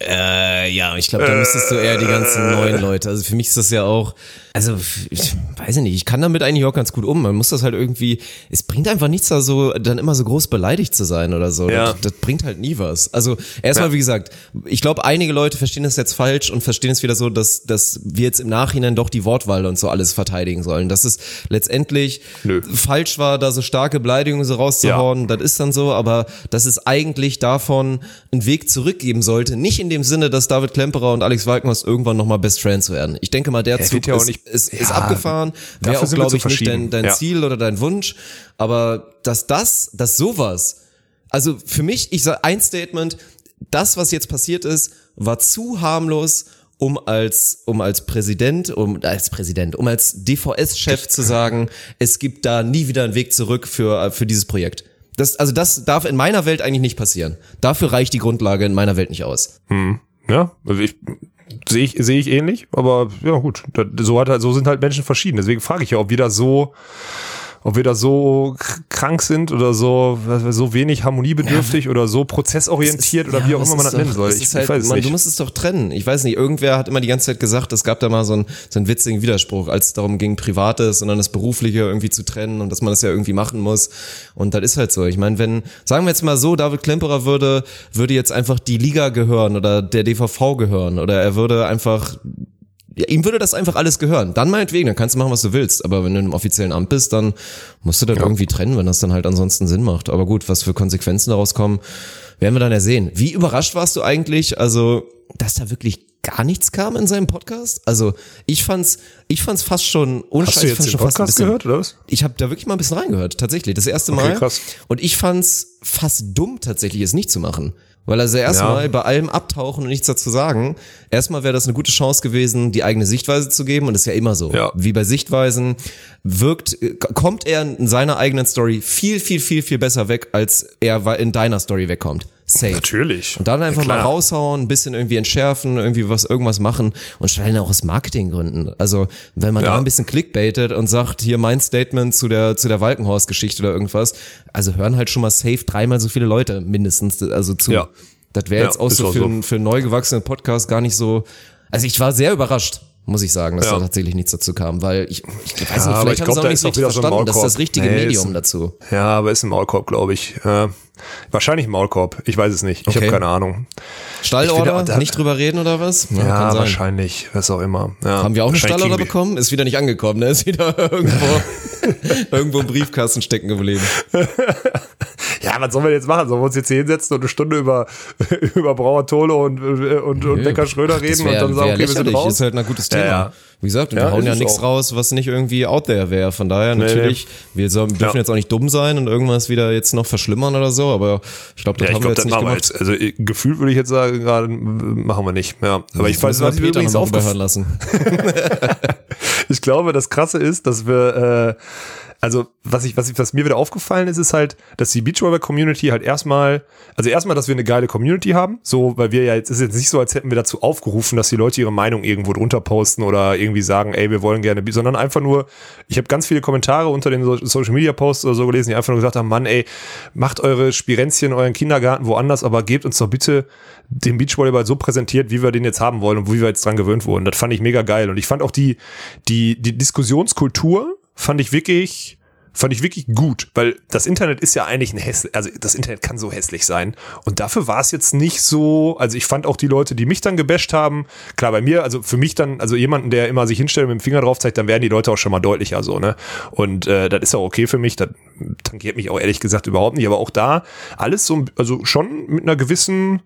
Äh, ja, ich glaube, da müsstest du eher die ganzen neuen Leute. Also für mich ist das ja auch, also ich weiß nicht, ich kann damit eigentlich auch ganz gut um. Man muss das halt irgendwie, es bringt einfach nichts da so, dann immer so groß beleidigt zu sein oder so. Ja. Das, das bringt halt nie was. Also erstmal, ja. wie gesagt, ich glaube, einige Leute verstehen das jetzt falsch und verstehen es wieder so, dass, dass wir jetzt im Nachhinein doch die Wortwahl und so alles verteidigen sollen. Dass es letztendlich Nö. falsch war, da so starke Beleidigungen so rauszuhauen. Ja. Das ist dann so, aber dass es eigentlich davon einen Weg zurückgeben sollte, nicht in dem Sinne, dass David Klemperer und Alex Walkenhorst irgendwann nochmal Best Friends werden. Ich denke mal, der ja, Zug ja ist, nicht, ist, ja, ist abgefahren. Wäre auch, glaube ich, nicht dein, dein ja. Ziel oder dein Wunsch. Aber dass das, dass sowas, also für mich, ich sage ein Statement, das, was jetzt passiert ist, war zu harmlos, um als, um als Präsident, um als Präsident, um als D V S-Chef zu sagen, es gibt da nie wieder einen Weg zurück für, für dieses Projekt. Das, also das darf in meiner Welt eigentlich nicht passieren. Dafür reicht die Grundlage in meiner Welt nicht aus. Hm. Ja, also ich sehe ich sehe ich ähnlich, aber ja gut, so hat halt, so sind halt Menschen verschieden. Deswegen frage ich ja, ob wir da so ob wir da so krank sind oder so so wenig harmoniebedürftig ja. oder so prozessorientiert ist, oder ja, wie auch immer man das doch, nennen soll. Ich, ist halt, ich weiß es man, nicht. Du musst es doch trennen. Ich weiß nicht, irgendwer hat immer die ganze Zeit gesagt, es gab da mal so einen, so einen witzigen Widerspruch, als es darum ging, Privates und dann das Berufliche irgendwie zu trennen und dass man das ja irgendwie machen muss. Und das ist halt so. Ich meine, wenn, sagen wir jetzt mal so, David Klemperer würde, würde jetzt einfach die Liga gehören oder der D V V gehören oder er würde einfach, ja, ihm würde das einfach alles gehören. Dann meinetwegen, dann kannst du machen, was du willst. Aber wenn du im offiziellen Amt bist, dann musst du das ja. irgendwie trennen, wenn das dann halt ansonsten Sinn macht. Aber gut, was für Konsequenzen daraus kommen, werden wir dann ja sehen. Wie überrascht warst du eigentlich, also, dass da wirklich gar nichts kam in seinem Podcast? Also, ich fand's, ich fand's fast schon, ohne Hast Scheiß, du jetzt den schon Podcast fast ein bisschen, gehört, oder was? Ich habe da wirklich mal ein bisschen reingehört, tatsächlich, das erste Mal. Okay, krass. Und ich fand's fast dumm, tatsächlich es nicht zu machen. Weil also erstmal ja. bei allem abtauchen und nichts dazu sagen, erstmal wäre das eine gute Chance gewesen, die eigene Sichtweise zu geben und das ist ja immer so. Ja. Wie bei Sichtweisen wirkt, kommt er in seiner eigenen Story viel, viel, viel, viel besser weg, als er in deiner Story wegkommt. Safe. Natürlich. Und dann einfach ja, mal raushauen, ein bisschen irgendwie entschärfen, irgendwie was, irgendwas machen und stellen auch aus Marketinggründen. Also, wenn man ja. da ein bisschen clickbaitet und sagt, hier mein Statement zu der, zu der Walkenhorst-Geschichte oder irgendwas, also hören halt schon mal safe dreimal so viele Leute mindestens, also zu. Ja. Das wäre jetzt ja, auch so für, so einen, für einen neu gewachsenen Podcast gar nicht so, also ich war sehr überrascht, muss ich sagen, dass ja. da tatsächlich nichts dazu kam, weil ich, ich weiß ja, nicht, vielleicht haben sie auch nicht so richtig verstanden, so das ist das richtige nee, Medium ist, dazu. Ja, aber ist ein Maulkorb, glaube ich. Äh, wahrscheinlich ein Maulkorb, ich weiß es nicht, ich okay. habe keine Ahnung. Stallorder, finde, nicht drüber reden oder was? Ja, ja wahrscheinlich, was auch immer. Ja, haben wir auch eine Stallorder bekommen? Ist wieder nicht angekommen, ne? Ist wieder irgendwo, irgendwo im Briefkasten stecken geblieben. Ja, was sollen wir jetzt machen? Sollen wir uns jetzt hier hinsetzen und eine Stunde über, über Brauer Tolo und, und, und Becker Schröder reden wär, und dann sagen, okay, wir sind raus? Das ist halt ein gutes Thema. Ja, ja. Wie gesagt, wir ja, hauen ja nichts raus, was nicht irgendwie out there wäre. Von daher nee, natürlich, nee. wir sollen, dürfen ja. jetzt auch nicht dumm sein und irgendwas wieder jetzt noch verschlimmern oder so, aber ich glaube, das ja, haben wir glaub, jetzt nicht gemacht. Jetzt. Also gefühlt würde ich jetzt sagen, gerade machen wir nicht. Ja. Aber ich weiß, was ich übrigens aufgehört lassen. Ich glaube, das Krasse ist, dass wir äh, also was ich, was ich, was mir wieder aufgefallen ist, ist halt, dass die Beachvolleyball-Community halt erstmal, also erstmal, dass wir eine geile Community haben, so, weil wir ja jetzt, ist jetzt nicht so, als hätten wir dazu aufgerufen, dass die Leute ihre Meinung irgendwo drunter posten oder irgendwie sagen, ey, wir wollen gerne, sondern einfach nur, ich habe ganz viele Kommentare unter den Social-Media-Posts oder so gelesen, die einfach nur gesagt haben, Mann, ey, macht eure Spirenzchen, euren Kindergarten woanders, aber gebt uns doch bitte den Beachvolleyball so präsentiert, wie wir den jetzt haben wollen und wie wir jetzt dran gewöhnt wurden. Das fand ich mega geil und ich fand auch die, die, die Diskussionskultur fand ich wirklich fand ich wirklich gut, weil das Internet ist ja eigentlich ein hässlich, also das Internet kann so hässlich sein und dafür war es jetzt nicht so, also ich fand auch die Leute, die mich dann gebasht haben, klar bei mir, also für mich dann, also jemanden, der immer sich hinstellt und mit dem Finger drauf zeigt, dann werden die Leute auch schon mal deutlicher so, ne, und äh, das ist auch okay für mich, das tangiert mich auch ehrlich gesagt überhaupt nicht, aber auch da alles so, also schon mit einer gewissen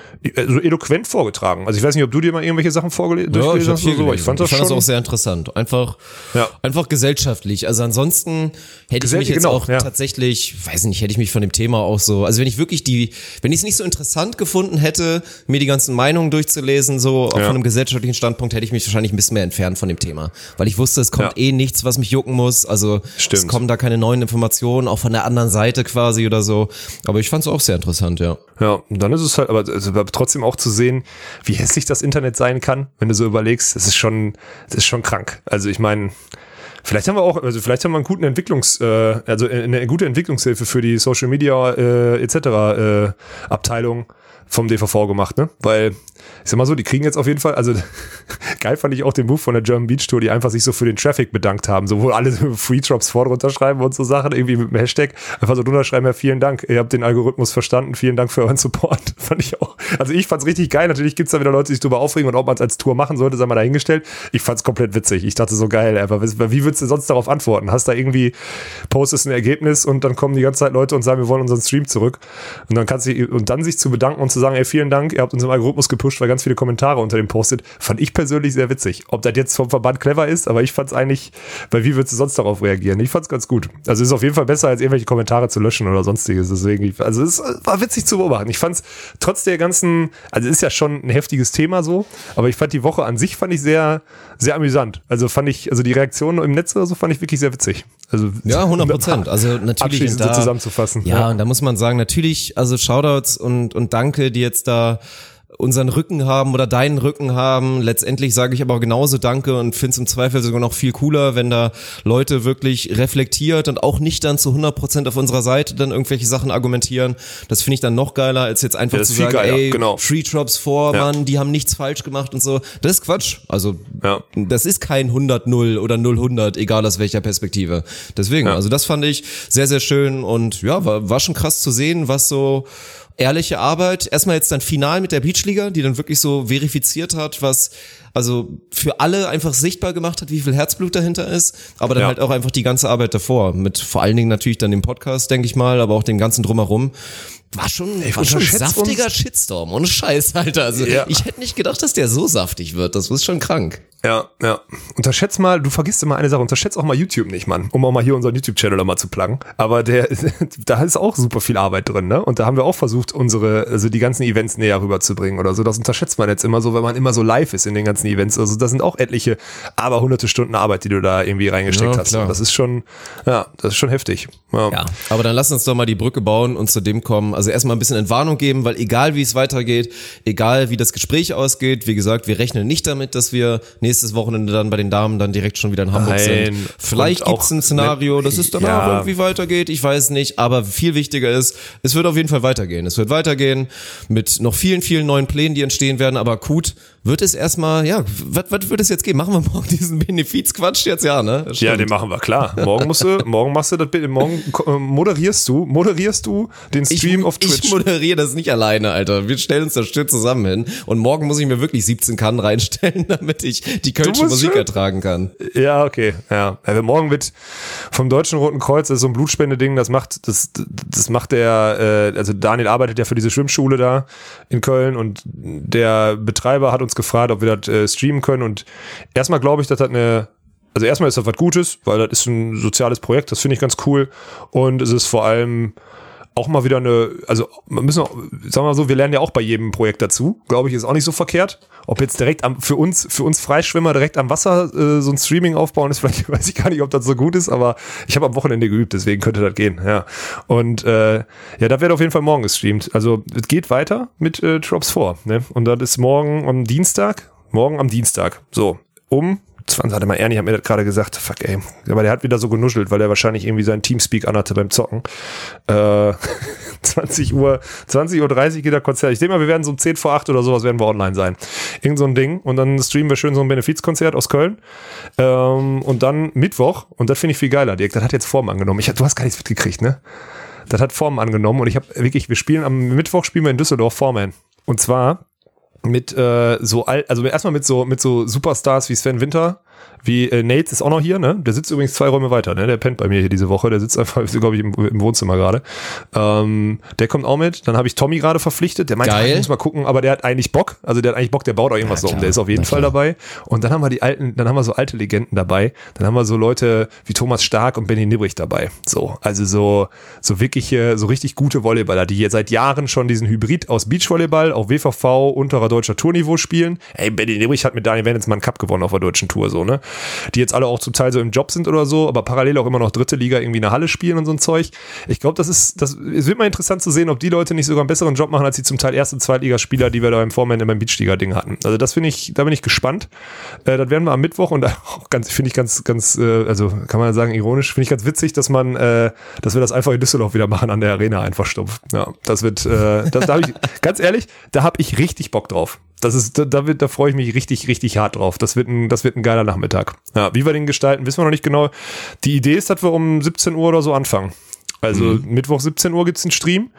so eloquent vorgetragen. Also ich weiß nicht, ob du dir mal irgendwelche Sachen vorgelesen ja, ich hast oder so. Ich fand das, ich fand schon das auch sehr interessant. Einfach, ja. einfach gesellschaftlich. Also ansonsten hätte Gesell- ich mich jetzt genau, auch ja. tatsächlich, weiß nicht, hätte ich mich von dem Thema auch so, also wenn ich wirklich die, wenn ich es nicht so interessant gefunden hätte, mir die ganzen Meinungen durchzulesen, so auch Ja. von einem gesellschaftlichen Standpunkt, hätte ich mich wahrscheinlich ein bisschen mehr entfernt von dem Thema. Weil ich wusste, es kommt Ja. eh nichts, was mich jucken muss. Also Stimmt. es kommen da keine neuen Informationen, auch von der anderen Seite quasi oder so. Aber ich fand es auch sehr interessant, ja. Ja, und dann ist es halt, aber, also, aber trotzdem auch zu sehen, wie hässlich das Internet sein kann, wenn du so überlegst, das ist schon, das ist schon krank. Also ich meine, vielleicht haben wir auch, also vielleicht haben wir einen guten Entwicklungs, äh, also eine gute Entwicklungshilfe für die Social Media äh, et cetera äh, Abteilung vom D V V gemacht, ne? Weil, ich sag mal so, die kriegen jetzt auf jeden Fall, also geil fand ich auch den Move von der German Beach Tour, die einfach sich so für den Traffic bedankt haben, so wo alle Free Drops vor drunter schreiben und so Sachen, irgendwie mit dem Hashtag, einfach so drunter schreiben, ja, vielen Dank, ihr habt den Algorithmus verstanden, vielen Dank für euren Support, fand ich auch, also ich fand's richtig geil, natürlich gibt's da wieder Leute, die sich drüber aufregen und ob man es als Tour machen sollte, sei mal dahingestellt, ich fand's komplett witzig, ich dachte so geil, aber wie würdest du sonst darauf antworten? Hast da irgendwie, postest ein Ergebnis und dann kommen die ganze Zeit Leute und sagen, wir wollen unseren Stream zurück und dann kannst du, und dann sich zu bedanken und zu sagen, ey, vielen Dank, ihr habt unseren Algorithmus gepusht, weil ganz viele Kommentare unter dem postet, fand ich persönlich sehr witzig. Ob das jetzt vom Verband clever ist, aber ich fand's eigentlich, weil wie würdest du sonst darauf reagieren? Ich fand's ganz gut. Also ist auf jeden Fall besser, als irgendwelche Kommentare zu löschen oder sonstiges. Deswegen, also es war witzig zu beobachten. Ich fand's trotz der ganzen, also es ist ja schon ein heftiges Thema so, aber ich fand die Woche an sich fand ich sehr, sehr amüsant. Also fand ich, also die Reaktionen im Netz oder so fand ich wirklich sehr witzig. Also ja, hundert Prozent. Also natürlich abschließend da, so zusammenzufassen. Ja, Ja. und da muss man sagen, natürlich, also Shoutouts und und danke, die jetzt da unseren Rücken haben oder deinen Rücken haben. Letztendlich sage ich aber auch genauso danke und finde es im Zweifel sogar noch viel cooler, wenn da Leute wirklich reflektiert und auch nicht dann zu hundert Prozent auf unserer Seite dann irgendwelche Sachen argumentieren. Das finde ich dann noch geiler, als jetzt einfach Ja, das zu ist viel sagen, geiler, ey, genau. Free Drops vor, Ja. Mann, die haben nichts falsch gemacht und so. Das ist Quatsch. Also Ja. das ist kein hundert null oder null hundert, egal aus welcher Perspektive. Deswegen, Ja. also das fand ich sehr, sehr schön und ja, war, war schon krass zu sehen, was so ehrliche Arbeit, erstmal jetzt dann final mit der Beachliga, die dann wirklich so verifiziert hat, was also für alle einfach sichtbar gemacht hat, wie viel Herzblut dahinter ist, aber dann Ja. halt auch einfach die ganze Arbeit davor, mit vor allen Dingen natürlich dann dem Podcast, denke ich mal, aber auch dem ganzen Drumherum. War schon, Ey, war schon ein unterschätzt saftiger uns- Shitstorm, ohne Scheiß, Alter. Also Ja. ich hätte nicht gedacht, dass der so saftig wird, das ist schon krank. Ja, ja. Unterschätzt mal, du vergisst immer eine Sache, unterschätzt auch mal YouTube nicht, Mann, um auch mal hier unseren YouTube-Channel mal zu pluggen. Aber der, da ist auch super viel Arbeit drin, ne? Und da haben wir auch versucht, unsere, also die ganzen Events näher rüberzubringen oder so. Das unterschätzt man jetzt immer so, wenn man immer so live ist in den ganzen Events. Also das sind auch etliche, aber hunderte Stunden Arbeit, die du da irgendwie reingesteckt Ja, hast. klar. Und das ist schon, ja, das ist schon heftig. Ja. Ja, aber dann lass uns doch mal die Brücke bauen und zu dem kommen. Also erstmal ein bisschen Entwarnung geben, weil egal wie es weitergeht, egal wie das Gespräch ausgeht, wie gesagt, wir rechnen nicht damit, dass wir nächstes Wochenende dann bei den Damen dann direkt schon wieder in Hamburg Nein. sind. Vielleicht Und gibt's auch ein Szenario, mit- dass es danach ja. irgendwie weitergeht, ich weiß nicht, aber viel wichtiger ist, es wird auf jeden Fall weitergehen. Es wird weitergehen mit noch vielen, vielen neuen Plänen, die entstehen werden, aber akut wird es erstmal, ja, was, was wird es jetzt geben? Machen wir morgen diesen Benefizquatsch jetzt? Ja, ne? Ja, Stimmt. den machen wir, klar. Morgen musst du, morgen machst du das Bild, morgen äh, moderierst du, moderierst du den Stream ich, auf Twitch. Ich moderiere das nicht alleine, Alter. Wir stellen uns das still zusammen hin. Und morgen muss ich mir wirklich siebzehn Kannen reinstellen, damit ich die kölsche musst Musik schon- ertragen kann. Ja, okay, ja. ja morgen wird vom Deutschen Roten Kreuz, das ist so ein Blutspendeding, das macht, das, das macht der, äh, also Daniel arbeitet ja für diese Schwimmschule da in Köln und der Betreiber hat uns gefragt, ob wir das äh, streamen können und erstmal glaube ich, dass das eine, also erstmal ist das was Gutes, weil das ist ein soziales Projekt, das finde ich ganz cool und es ist vor allem auch mal wieder eine, also wir müssen auch, sagen wir mal so, wir lernen ja auch bei jedem Projekt dazu, glaube ich, ist auch nicht so verkehrt. Ob jetzt direkt am, für uns, für uns Freischwimmer direkt am Wasser äh, so ein Streaming aufbauen ist, vielleicht weiß ich gar nicht, ob das so gut ist, aber ich habe am Wochenende geübt, deswegen könnte das gehen, ja. Und äh, ja, da wird auf jeden Fall morgen gestreamt. Also es geht weiter mit äh, Drops vier, ne? Und das ist morgen am Dienstag, morgen am Dienstag, so, um zwanzig, warte mal, Ernie hat mir das gerade gesagt, fuck ey, aber der hat wieder so genuschelt, weil er wahrscheinlich irgendwie seinen Teamspeak anhatte beim Zocken. Äh, zwanzig Uhr, zwanzig Uhr dreißig geht der Konzert. Ich denke mal, wir werden so um zehn vor acht oder sowas werden wir online sein. Irgend so ein Ding. Und dann streamen wir schön so ein Benefizkonzert aus Köln. Ähm, und dann Mittwoch, und das finde ich viel geiler, Dirk, das hat jetzt Form angenommen. Ich, du hast gar nichts mitgekriegt, ne? Das hat Form angenommen und ich habe wirklich, wir spielen am Mittwoch spielen wir in Düsseldorf Foreman. Und zwar mit äh, so alt, also erstmal mit so mit so Superstars wie Sven Winter, wie äh, Nate ist auch noch hier, ne? Der sitzt übrigens zwei Räume weiter, ne? Der pennt bei mir hier diese Woche, der sitzt einfach, glaube ich, im, im Wohnzimmer gerade. Ähm, der kommt auch mit. Dann habe ich Tommy gerade verpflichtet, der meinte, ich muss mal gucken, aber der hat eigentlich Bock, also der hat eigentlich Bock, der baut auch irgendwas ja, so um, der ist auf jeden Fall dabei. Und dann haben wir die alten, dann haben wir so alte Legenden dabei. Dann haben wir so Leute wie Thomas Stark und Benny Nibbrich dabei. So, also so so wirkliche, so richtig gute Volleyballer, die jetzt seit Jahren schon diesen Hybrid aus Beachvolleyball, auch W V V, unterer deutscher Tourniveau spielen. Ey, Benny Nibbrich hat mit Daniel Wendens mal einen Cup gewonnen auf der deutschen Tour, so, ne? Die jetzt alle auch zum Teil so im Job sind oder so, aber parallel auch immer noch dritte Liga irgendwie in der Halle spielen und so ein Zeug. Ich glaube, das ist, das, es wird mal interessant zu sehen, ob die Leute nicht sogar einen besseren Job machen, als die zum Teil Erst- und Zweitligaspieler, die wir da im Vorman in meinem Beachliga-Ding hatten. Also das finde ich, da bin ich gespannt. Äh, das werden wir am Mittwoch und auch ganz, finde ich ganz, ganz, äh, also kann man sagen, ironisch, finde ich ganz witzig, dass man, äh, dass wir das einfach in Düsseldorf wieder machen, an der Arena einfach stumpf. Ja, das wird, äh, das, da habe ich, ganz ehrlich, da habe ich richtig Bock drauf. Das ist, da, da, wird, da freue ich mich richtig, richtig hart drauf. Das wird ein, das wird ein geiler Nachmittag. Ja, wie wir den gestalten, wissen wir noch nicht genau. Die Idee ist, dass wir um siebzehn Uhr oder so anfangen. Also mhm. Mittwoch siebzehn Uhr gibt's einen Stream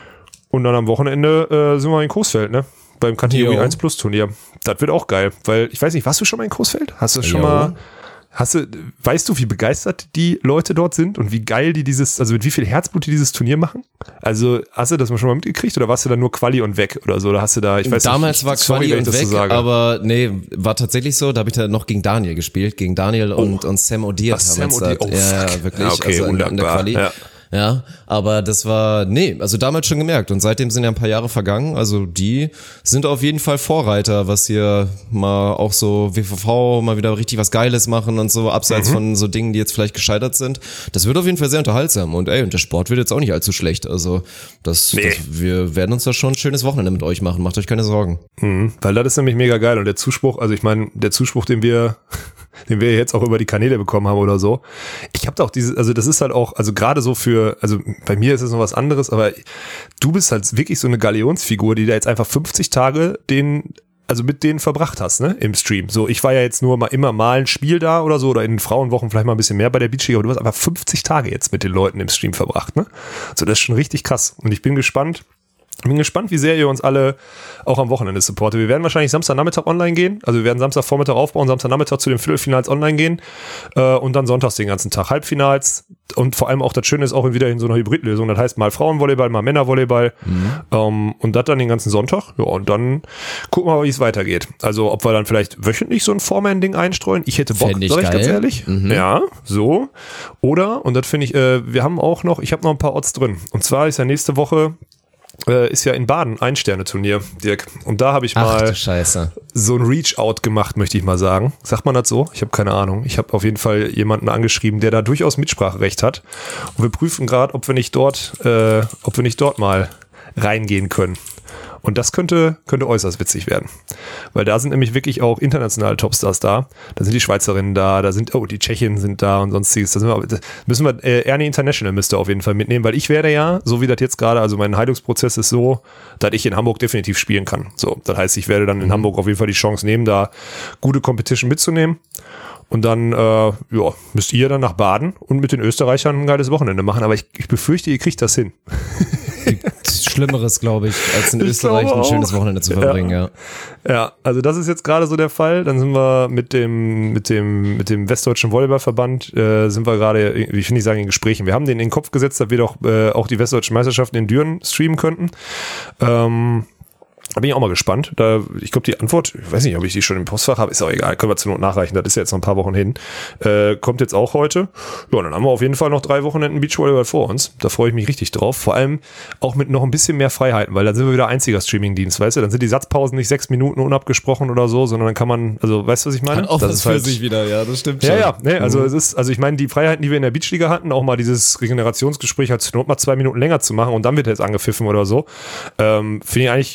und dann am Wochenende äh, sind wir in Coesfeld, ne? Beim Kategorie eins Plus Turnier. Das wird auch geil, weil ich weiß nicht, warst du schon mal in Coesfeld? Hast du schon jo. mal Hast du, weißt du, wie begeistert die Leute dort sind und wie geil die dieses, also mit wie viel Herzblut die dieses Turnier machen? Also hast du das mal schon mal mitgekriegt oder warst du da nur Quali und weg oder so? Oder hast du da, ich weiß Damals nicht, war sorry, Quali und das weg, so aber nee, war tatsächlich so, da habe ich da noch gegen Daniel gespielt, gegen Daniel oh. und, und Sam O'Dear. Ach, Sam O'Dear, oh, ja, ja, wirklich, ja, okay, also in, in der Quali. Ja. Ja, aber das war, nee, also damals schon gemerkt und seitdem sind ja ein paar Jahre vergangen, also die sind auf jeden Fall Vorreiter, was hier mal auch so W V V mal wieder richtig was Geiles machen und so, abseits mhm. von so Dingen, die jetzt vielleicht gescheitert sind. Das wird auf jeden Fall sehr unterhaltsam und ey, und der Sport wird jetzt auch nicht allzu schlecht, also das, nee. das wir werden uns da schon ein schönes Wochenende mit euch machen, macht euch keine Sorgen. Mhm, weil das ist nämlich mega geil und der Zuspruch, also ich meine, der Zuspruch, den wir den wir jetzt auch über die Kanäle bekommen haben oder so. Ich habe da auch diese, also das ist halt auch, also gerade so für, also bei mir ist es noch was anderes, aber du bist halt wirklich so eine Galionsfigur, die da jetzt einfach fünfzig Tage den, also mit denen verbracht hast, ne, im Stream. So, ich war ja jetzt nur mal immer mal ein Spiel da oder so, oder in den Frauenwochen vielleicht mal ein bisschen mehr bei der Beachliga, aber du hast einfach fünfzig Tage jetzt mit den Leuten im Stream verbracht, ne. So, das ist schon richtig krass. Und ich bin gespannt, Ich bin gespannt, wie sehr ihr uns alle auch am Wochenende supportet. Wir werden wahrscheinlich Samstagnachmittag online gehen. Also wir werden Samstagvormittag aufbauen, Samstagnachmittag zu den Viertelfinals online gehen äh, und dann sonntags den ganzen Tag Halbfinals. Und vor allem auch das Schöne ist auch wieder in so einer Hybridlösung. Das heißt mal Frauenvolleyball, mal Männervolleyball mhm. ähm, und das dann den ganzen Sonntag. Ja, und dann gucken wir mal, wie es weitergeht. Also ob wir dann vielleicht wöchentlich so ein Foreman-Ding einstreuen. Ich hätte Bock, sag ich ganz ehrlich. Mhm. Ja, so. Oder, und das finde ich, äh, wir haben auch noch, ich habe noch ein paar Odds drin. Und zwar ist ja nächste Woche Äh, ist ja in Baden ein Sterne-Turnier, Dirk. Und da habe ich mal Ach, so ein Reach-Out gemacht, möchte ich mal sagen. Sagt man das so? Ich habe keine Ahnung. Ich habe auf jeden Fall jemanden angeschrieben, der da durchaus Mitspracherecht hat. Und wir prüfen gerade, ob wir nicht dort, äh, ob wir nicht dort mal reingehen können. Und das könnte, könnte äußerst witzig werden. Weil da sind nämlich wirklich auch internationale Topstars da. Da sind die Schweizerinnen da, da sind, oh, die Tschechinnen sind da und sonstiges. Da sind wir, da müssen wir, äh, Ernie International müsste auf jeden Fall mitnehmen, weil ich werde ja, so wie das jetzt gerade, also mein Heilungsprozess ist so, dass ich in Hamburg definitiv spielen kann. So, das heißt, ich werde dann in mhm. Hamburg auf jeden Fall die Chance nehmen, da gute Competition mitzunehmen. Und dann, äh, ja, müsst ihr dann nach Baden und mit den Österreichern ein geiles Wochenende machen. Aber ich, ich befürchte, ihr kriegt das hin. Schlimmeres, glaube ich, als in ich Österreich ein schönes Wochenende zu verbringen, ja. Ja, ja, also das ist jetzt gerade so der Fall. Dann sind wir mit dem mit dem mit dem Westdeutschen Volleyballverband äh, sind wir gerade, wie ich nicht sagen, in Gesprächen. Wir haben denen in den Kopf gesetzt, dass wir doch äh, auch die Westdeutschen Meisterschaften in Düren streamen könnten. Ähm, Da bin ich auch mal gespannt. Da, ich glaube, die Antwort, ich weiß nicht, ob ich die schon im Postfach habe, ist auch egal, können wir zur Not nachreichen, das ist ja jetzt noch ein paar Wochen hin. Äh, kommt jetzt auch heute. Ja, dann haben wir auf jeden Fall noch drei Wochenenden Beachvolleyball vor uns. Da freue ich mich richtig drauf. Vor allem auch mit noch ein bisschen mehr Freiheiten, weil dann sind wir wieder einziger Streamingdienst, weißt du? Dann sind die Satzpausen nicht sechs Minuten unabgesprochen oder so, sondern dann kann man, also weißt du, was ich meine? Hat auch das was ist für halt, sich wieder, ja, das stimmt schon. Ja, ja, nee, also mhm. es ist, also ich meine, die Freiheiten, die wir in der Beachliga hatten, auch mal dieses Regenerationsgespräch halt zur Not mal zwei Minuten länger zu machen und dann wird jetzt angepfiffen oder so, ähm, finde ich eigentlich, finde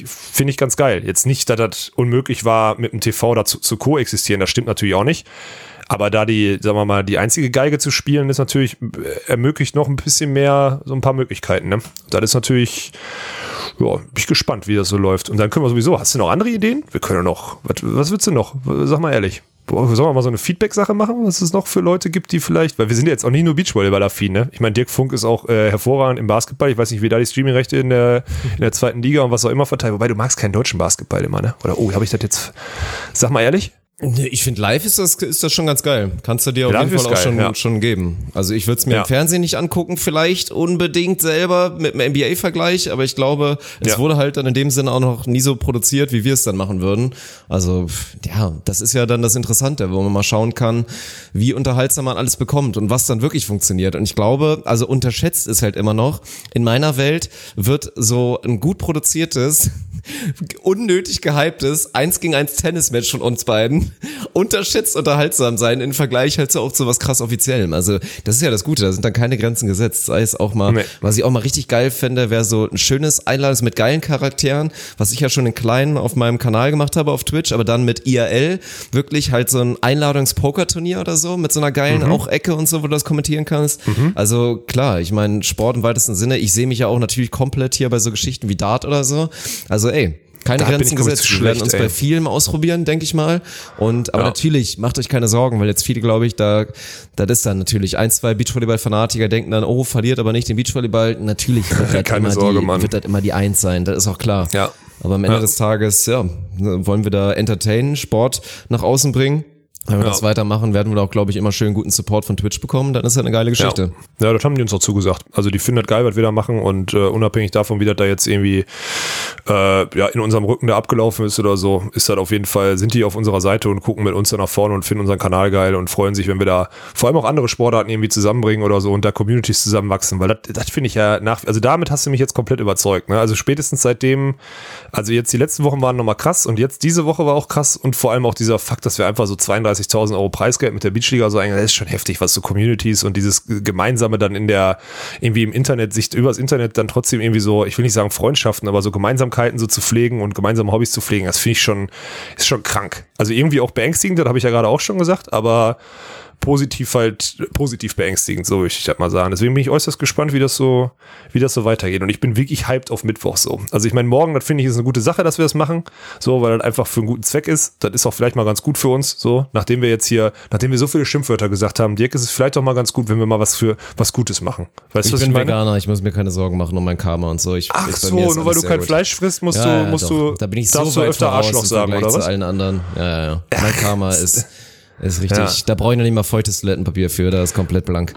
finde ich ganz geil. Jetzt nicht, dass das unmöglich war, mit dem T V dazu zu koexistieren, das stimmt natürlich auch nicht. Aber da die, sagen wir mal, die einzige Geige zu spielen, ist natürlich, ermöglicht noch ein bisschen mehr, so ein paar Möglichkeiten, ne? Das ist natürlich, ja, bin ich gespannt, wie das so läuft. Und dann können wir sowieso, hast du noch andere Ideen? Wir können noch, was, was willst du noch? Sag mal ehrlich. Sollen wir mal so eine Feedback-Sache machen, was es noch für Leute gibt, die vielleicht, weil wir sind ja jetzt auch nicht nur Beachvolleyball-affin, ne? Ich meine, Dirk Funk ist auch äh, hervorragend im Basketball. Ich weiß nicht, wie da die Streaming-Rechte in der, in der zweiten Liga und was auch immer verteilt. Wobei, du magst keinen deutschen Basketball immer, ne? Oder, oh, habe ich das jetzt, sag mal ehrlich? Ich finde, live ist das, ist das schon ganz geil. Kannst du dir auf live jeden Fall auch geil, schon, ja. schon geben. Also ich würde es mir ja. im Fernsehen nicht angucken, vielleicht unbedingt selber mit dem N B A-Vergleich, aber ich glaube, es ja. wurde halt dann in dem Sinne auch noch nie so produziert, wie wir es dann machen würden. Also ja, das ist ja dann das Interessante, wo man mal schauen kann, wie unterhaltsam man alles bekommt und was dann wirklich funktioniert. Und ich glaube, also unterschätzt ist halt immer noch, in meiner Welt wird so ein gut produziertes, unnötig gehyptes eins gegen eins Tennismatch von uns beiden unterschätzt unterhaltsam sein im Vergleich halt so auch zu was krass Offiziellem. Also das ist ja das Gute, da sind dann keine Grenzen gesetzt. Sei es auch mal, nee. Was ich auch mal richtig geil fände, wäre so ein schönes Einladungs mit geilen Charakteren, was ich ja schon in kleinen auf meinem Kanal gemacht habe auf Twitch, aber dann mit I R L wirklich halt so ein Einladungs-Poker-Turnier oder so mit so einer geilen mhm. auch Ecke und so, wo du das kommentieren kannst. Mhm. Also klar, ich meine Sport im weitesten Sinne, ich sehe mich ja auch natürlich komplett hier bei so Geschichten wie Dart oder so. Also ey, keine da Grenzen gesetzt. Wir werden uns ey. bei vielem ausprobieren, denke ich mal. Und aber ja. natürlich, macht euch keine Sorgen, weil jetzt viele, glaube ich, da das ist dann natürlich ein, zwei Beachvolleyball-Fanatiker denken dann, oh, verliert aber nicht den Beachvolleyball. Natürlich wird das, keine immer, Sorge, die, Mann. wird das immer die Eins sein, das ist auch klar. Ja. Aber am Ende ja. des Tages, ja, wollen wir da entertainen, Sport nach außen bringen. Wenn wir ja. das weitermachen, werden wir da auch, glaube ich, immer schön guten Support von Twitch bekommen. Dann ist das eine geile Geschichte. Ja, ja, das haben die uns auch zugesagt. Also die finden das geil, was wir da machen und äh, unabhängig davon, wie das da jetzt irgendwie äh, ja in unserem Rücken da abgelaufen ist oder so, ist das auf jeden Fall, sind die auf unserer Seite und gucken mit uns da nach vorne und finden unseren Kanal geil und freuen sich, wenn wir da vor allem auch andere Sportarten irgendwie zusammenbringen oder so und da Communities zusammenwachsen, weil das, das finde ich ja nach, also damit hast du mich jetzt komplett überzeugt, ne? Also spätestens seitdem, also jetzt die letzten Wochen waren nochmal krass und jetzt diese Woche war auch krass und vor allem auch dieser Fakt, dass wir einfach so zweiunddreißigtausend Euro Preisgeld mit der Beachliga so eigentlich, das ist schon heftig, was so Communities und dieses Gemeinsame dann in der, irgendwie im Internet, sich übers Internet dann trotzdem irgendwie so, ich will nicht sagen Freundschaften, aber so Gemeinsamkeiten so zu pflegen und gemeinsame Hobbys zu pflegen, das finde ich schon, ist schon krank. Also irgendwie auch beängstigend, das habe ich ja gerade auch schon gesagt, aber positiv halt, positiv beängstigend, so würde ich das mal sagen. Deswegen bin ich äußerst gespannt, wie das so, wie das so weitergeht. Und ich bin wirklich hyped auf Mittwoch so. Also ich meine, morgen, das finde ich, ist eine gute Sache, dass wir das machen, so, weil das einfach für einen guten Zweck ist. Das ist auch vielleicht mal ganz gut für uns, so, nachdem wir jetzt hier, nachdem wir so viele Schimpfwörter gesagt haben, Dirk, ist es vielleicht auch mal ganz gut, wenn wir mal was für was Gutes machen. Weißt du, was ich bin ich meine? Veganer, ich muss mir keine Sorgen machen um mein Karma und so. Ich, Ach so, nur weil du kein gut. Fleisch frisst, musst ja, du, musst ja, du, da bin ich so darfst du öfter Arschloch sagen, oder was? Zu allen anderen. Ja, ja, ja. Mein Karma ist Ist richtig. Ja. Da brauche ich noch nicht mal feuchtes Toilettenpapier für, da ist komplett blank.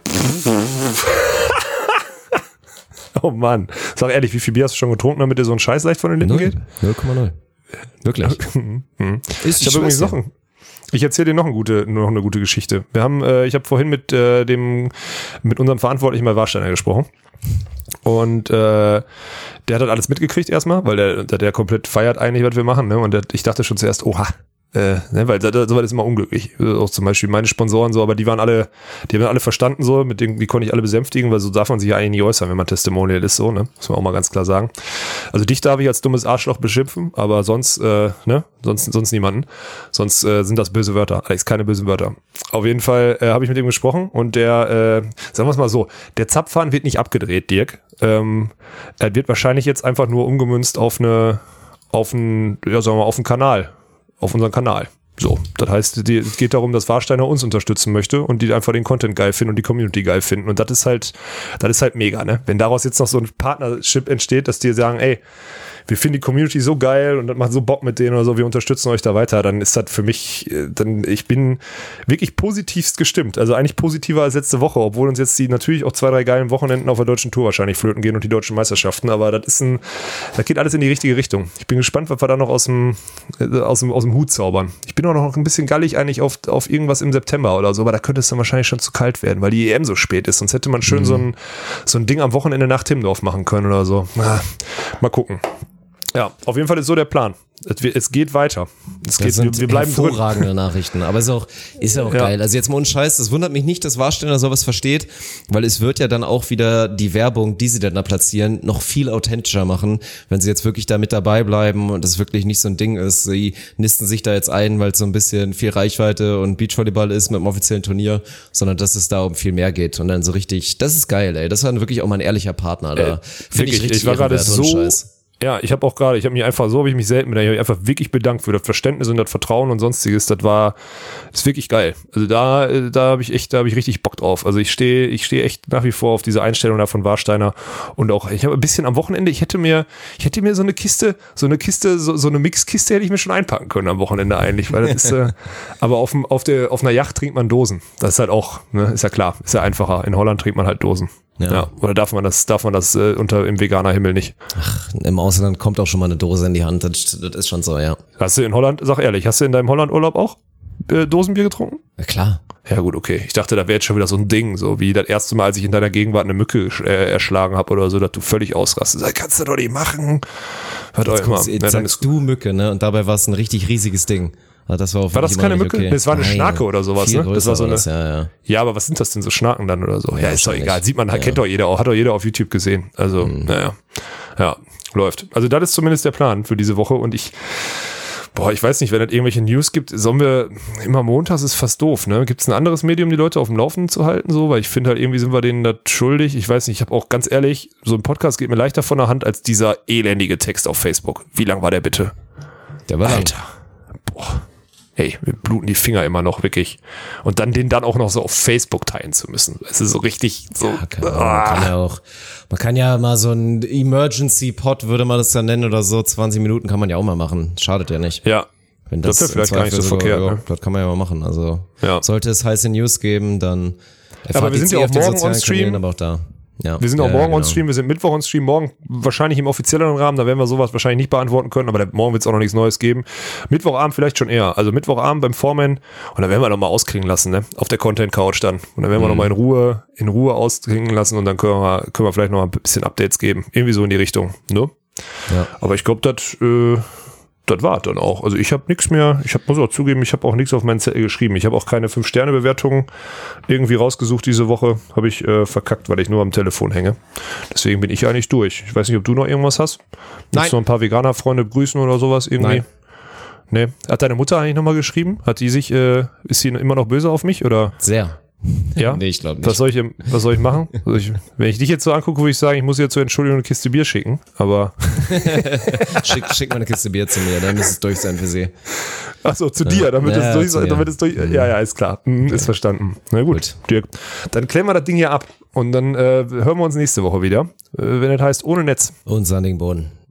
Oh Mann. Sag ehrlich, wie viel Bier hast du schon getrunken, damit dir so ein Scheiß leicht von den Lippen geht? null Komma null. Wirklich. Ist ich habe übrigens noch ein, ich erzähle dir noch eine gute, noch eine gute Geschichte. Wir haben, äh, ich habe vorhin mit äh, dem, mit unserem Verantwortlichen bei Warsteiner gesprochen. Und äh, der hat halt alles mitgekriegt erstmal, weil der, der komplett feiert eigentlich, was wir machen, ne? Und der, ich dachte schon zuerst, oha. Äh, ne, weil sowas ist immer unglücklich. Auch zum Beispiel meine Sponsoren so, aber die waren alle, die haben alle verstanden so, mit denen, die konnte ich alle besänftigen, weil so darf man sich ja eigentlich nie äußern, wenn man Testimonial ist, so, ne? Muss man auch mal ganz klar sagen. Also dich darf ich als dummes Arschloch beschimpfen, aber sonst, äh, ne? Sonst, sonst niemanden. Sonst äh, sind das böse Wörter. Alex, keine bösen Wörter. Auf jeden Fall äh, habe ich mit ihm gesprochen und der, äh, sagen wir es mal so, der Zapfhahn wird nicht abgedreht, Dirk. Ähm, er wird wahrscheinlich jetzt einfach nur umgemünzt auf eine, auf einen, ja, sagen wir mal, auf einen Kanal. Auf unseren Kanal. So, das heißt, die, es geht darum, dass Warsteiner uns unterstützen möchte und die einfach den Content geil finden und die Community geil finden. Und das ist halt, das ist halt mega, ne? Wenn daraus jetzt noch so ein Partnership entsteht, dass die sagen, ey, wir finden die Community so geil und das macht so Bock mit denen oder so, wir unterstützen euch da weiter, dann ist das für mich, dann, ich bin wirklich positivst gestimmt. Also eigentlich positiver als letzte Woche, obwohl uns jetzt die natürlich auch zwei, drei geilen Wochenenden auf der deutschen Tour wahrscheinlich flöten gehen und die deutschen Meisterschaften, aber das ist ein, das geht alles in die richtige Richtung. Ich bin gespannt, was wir da noch aus dem, aus dem, aus dem Hut zaubern. Ich bin auch noch ein bisschen gallig eigentlich auf, auf irgendwas im September oder so, aber da könnte es dann wahrscheinlich schon zu kalt werden, weil die E M so spät ist, sonst hätte man schön mhm. so ein, so ein Ding am Wochenende nach Timmendorf machen können oder so. Na, mal gucken. Ja, auf jeden Fall ist so der Plan. Es, es geht weiter. Es Das geht, sind wir bleiben hervorragende Nachrichten, aber ist auch, ist ja auch Ja. geil. Also jetzt mal ohne Scheiß, das wundert mich nicht, dass Warsteiner sowas versteht, weil es wird ja dann auch wieder die Werbung, die sie dann da platzieren, noch viel authentischer machen, wenn sie jetzt wirklich da mit dabei bleiben und das wirklich nicht so ein Ding ist. Sie nisten sich da jetzt ein, weil es so ein bisschen viel Reichweite und Beachvolleyball ist mit dem offiziellen Turnier, sondern dass es da um viel mehr geht und dann so richtig, das ist geil, ey. Das war wirklich auch mal ein ehrlicher Partner da. Äh, Finde ich wirklich, richtig ich war gerade ehrenwert, ohne so, Scheiß. ja, ich habe auch gerade, ich habe mich einfach, so habe ich mich selten mit, ich habe mich einfach wirklich bedankt für das Verständnis und das Vertrauen und sonstiges. Das war, das ist wirklich geil. Also da, da habe ich echt, da habe ich richtig Bock drauf. Also ich stehe, ich stehe echt nach wie vor auf diese Einstellung da von Warsteiner und auch, ich habe ein bisschen am Wochenende, ich hätte mir, ich hätte mir so eine Kiste, so eine Kiste, so, so eine Mixkiste hätte ich mir schon einpacken können am Wochenende eigentlich, weil das ist, äh, aber auf dem, auf der, auf einer Yacht trinkt man Dosen. Das ist halt auch, ne, ist ja klar, ist ja einfacher. In Holland trinkt man halt Dosen. Ja. Ja. Oder darf man das, darf man das äh, unter im Veganer-Himmel nicht? Im Ausland kommt auch schon mal eine Dose in die Hand, das, das ist schon so, ja. Hast du in Holland, sag ehrlich, hast du in deinem Holland-Urlaub auch äh, Dosenbier getrunken? Ja, klar. Ja gut, okay. Ich dachte, da wäre jetzt schon wieder so ein Ding, so wie das erste Mal, als ich in deiner Gegenwart eine Mücke äh, erschlagen habe oder so, dass du völlig ausrastest. Das kannst du doch nicht machen. Was auch Jetzt, immer. kommst, jetzt Ja, dann sagst ist, du Mücke, ne? Und dabei war es ein richtig riesiges Ding. Also das war auch War das wirklich keine immer nicht Mücke? okay. Das war eine Nein, Schnake oder sowas, viel ne? Das war so größer eine- das, ja, ja. ja, aber was sind das denn, so Schnaken dann oder so? Ja, ist doch wahrscheinlich. egal. Sieht man, Ja. kennt doch jeder auch, hat doch jeder auf YouTube gesehen. Also, Mhm. naja. Ja, läuft. Also das ist zumindest der Plan für diese Woche und ich, boah, ich weiß nicht, wenn es irgendwelche News gibt, sollen wir, immer montags ist fast doof, ne? Gibt es ein anderes Medium, die Leute auf dem Laufenden zu halten, so? Weil ich finde halt, irgendwie sind wir denen das schuldig. Ich weiß nicht, ich habe auch ganz ehrlich, so ein Podcast geht mir leichter von der Hand als dieser elendige Text auf Facebook. Wie lang war der bitte? Der war lang. Alter. Boah. Hey, mir bluten die Finger immer noch, wirklich. Und dann den dann auch noch so auf Facebook teilen zu müssen. Es ist so richtig so. Ja, keine Ahnung, man kann ja auch, man kann ja mal so ein Emergency-Pod, würde man das dann nennen oder so, zwanzig Minuten kann man ja auch mal machen. Schadet ja nicht. Ja. Wenn Das wäre im vielleicht gar nicht so Zweifel verkehrt, ja, ne? Das kann man ja mal machen. Also Ja. sollte es heiße News geben, dann erfahrt Aber wir sind ihr ja auf auch den morgen sozialen on Stream. Kanälen, aber auch da. Ja. Wir sind auch ja, morgen ja, on genau. Stream, wir sind Mittwoch on Stream, morgen wahrscheinlich im offizielleren Rahmen, da werden wir sowas wahrscheinlich nicht beantworten können, aber morgen wird es auch noch nichts Neues geben. Mittwochabend vielleicht schon eher, also Mittwochabend beim Foreman und dann werden wir noch mal ausklingen lassen, ne? Auf der Content Couch dann und dann werden wir Mhm. noch mal in Ruhe, in Ruhe ausklingen lassen und dann können wir, können wir vielleicht noch mal ein bisschen Updates geben, irgendwie so in die Richtung, ne? Ja. Aber ich glaube, das äh, das war dann auch. Also ich habe nichts mehr, ich hab, muss auch zugeben, ich habe auch nichts auf meinen Zettel geschrieben. Ich habe auch keine fünf Sterne Bewertungen irgendwie rausgesucht diese Woche. Habe ich äh, verkackt, weil ich nur am Telefon hänge. Deswegen bin ich eigentlich durch. Ich weiß nicht, ob du noch irgendwas hast. Nein. Willst du noch ein paar Veganer-Freunde grüßen oder sowas irgendwie? Nein. Nee. Hat deine Mutter eigentlich nochmal geschrieben? Hat die sich, äh, ist sie immer noch böse auf mich oder? Sehr. Ja? Nee, ich glaube nicht. Was soll ich, was soll ich machen? Soll ich, wenn ich dich jetzt so angucke, würde ich sagen, ich muss dir zur Entschuldigung eine Kiste Bier schicken. Aber Schick, schick mal eine Kiste Bier zu mir, dann muss es durch sein für sie. ach so, zu dir, damit Ja, es durch, zu mir. damit es durch, ja, ja, ist klar, mhm, ist verstanden. Na gut, Gut. Dirk, dann klären wir das Ding hier ab und dann äh, hören wir uns nächste Woche wieder, äh, wenn es heißt ohne Netz. Und sandigen Boden.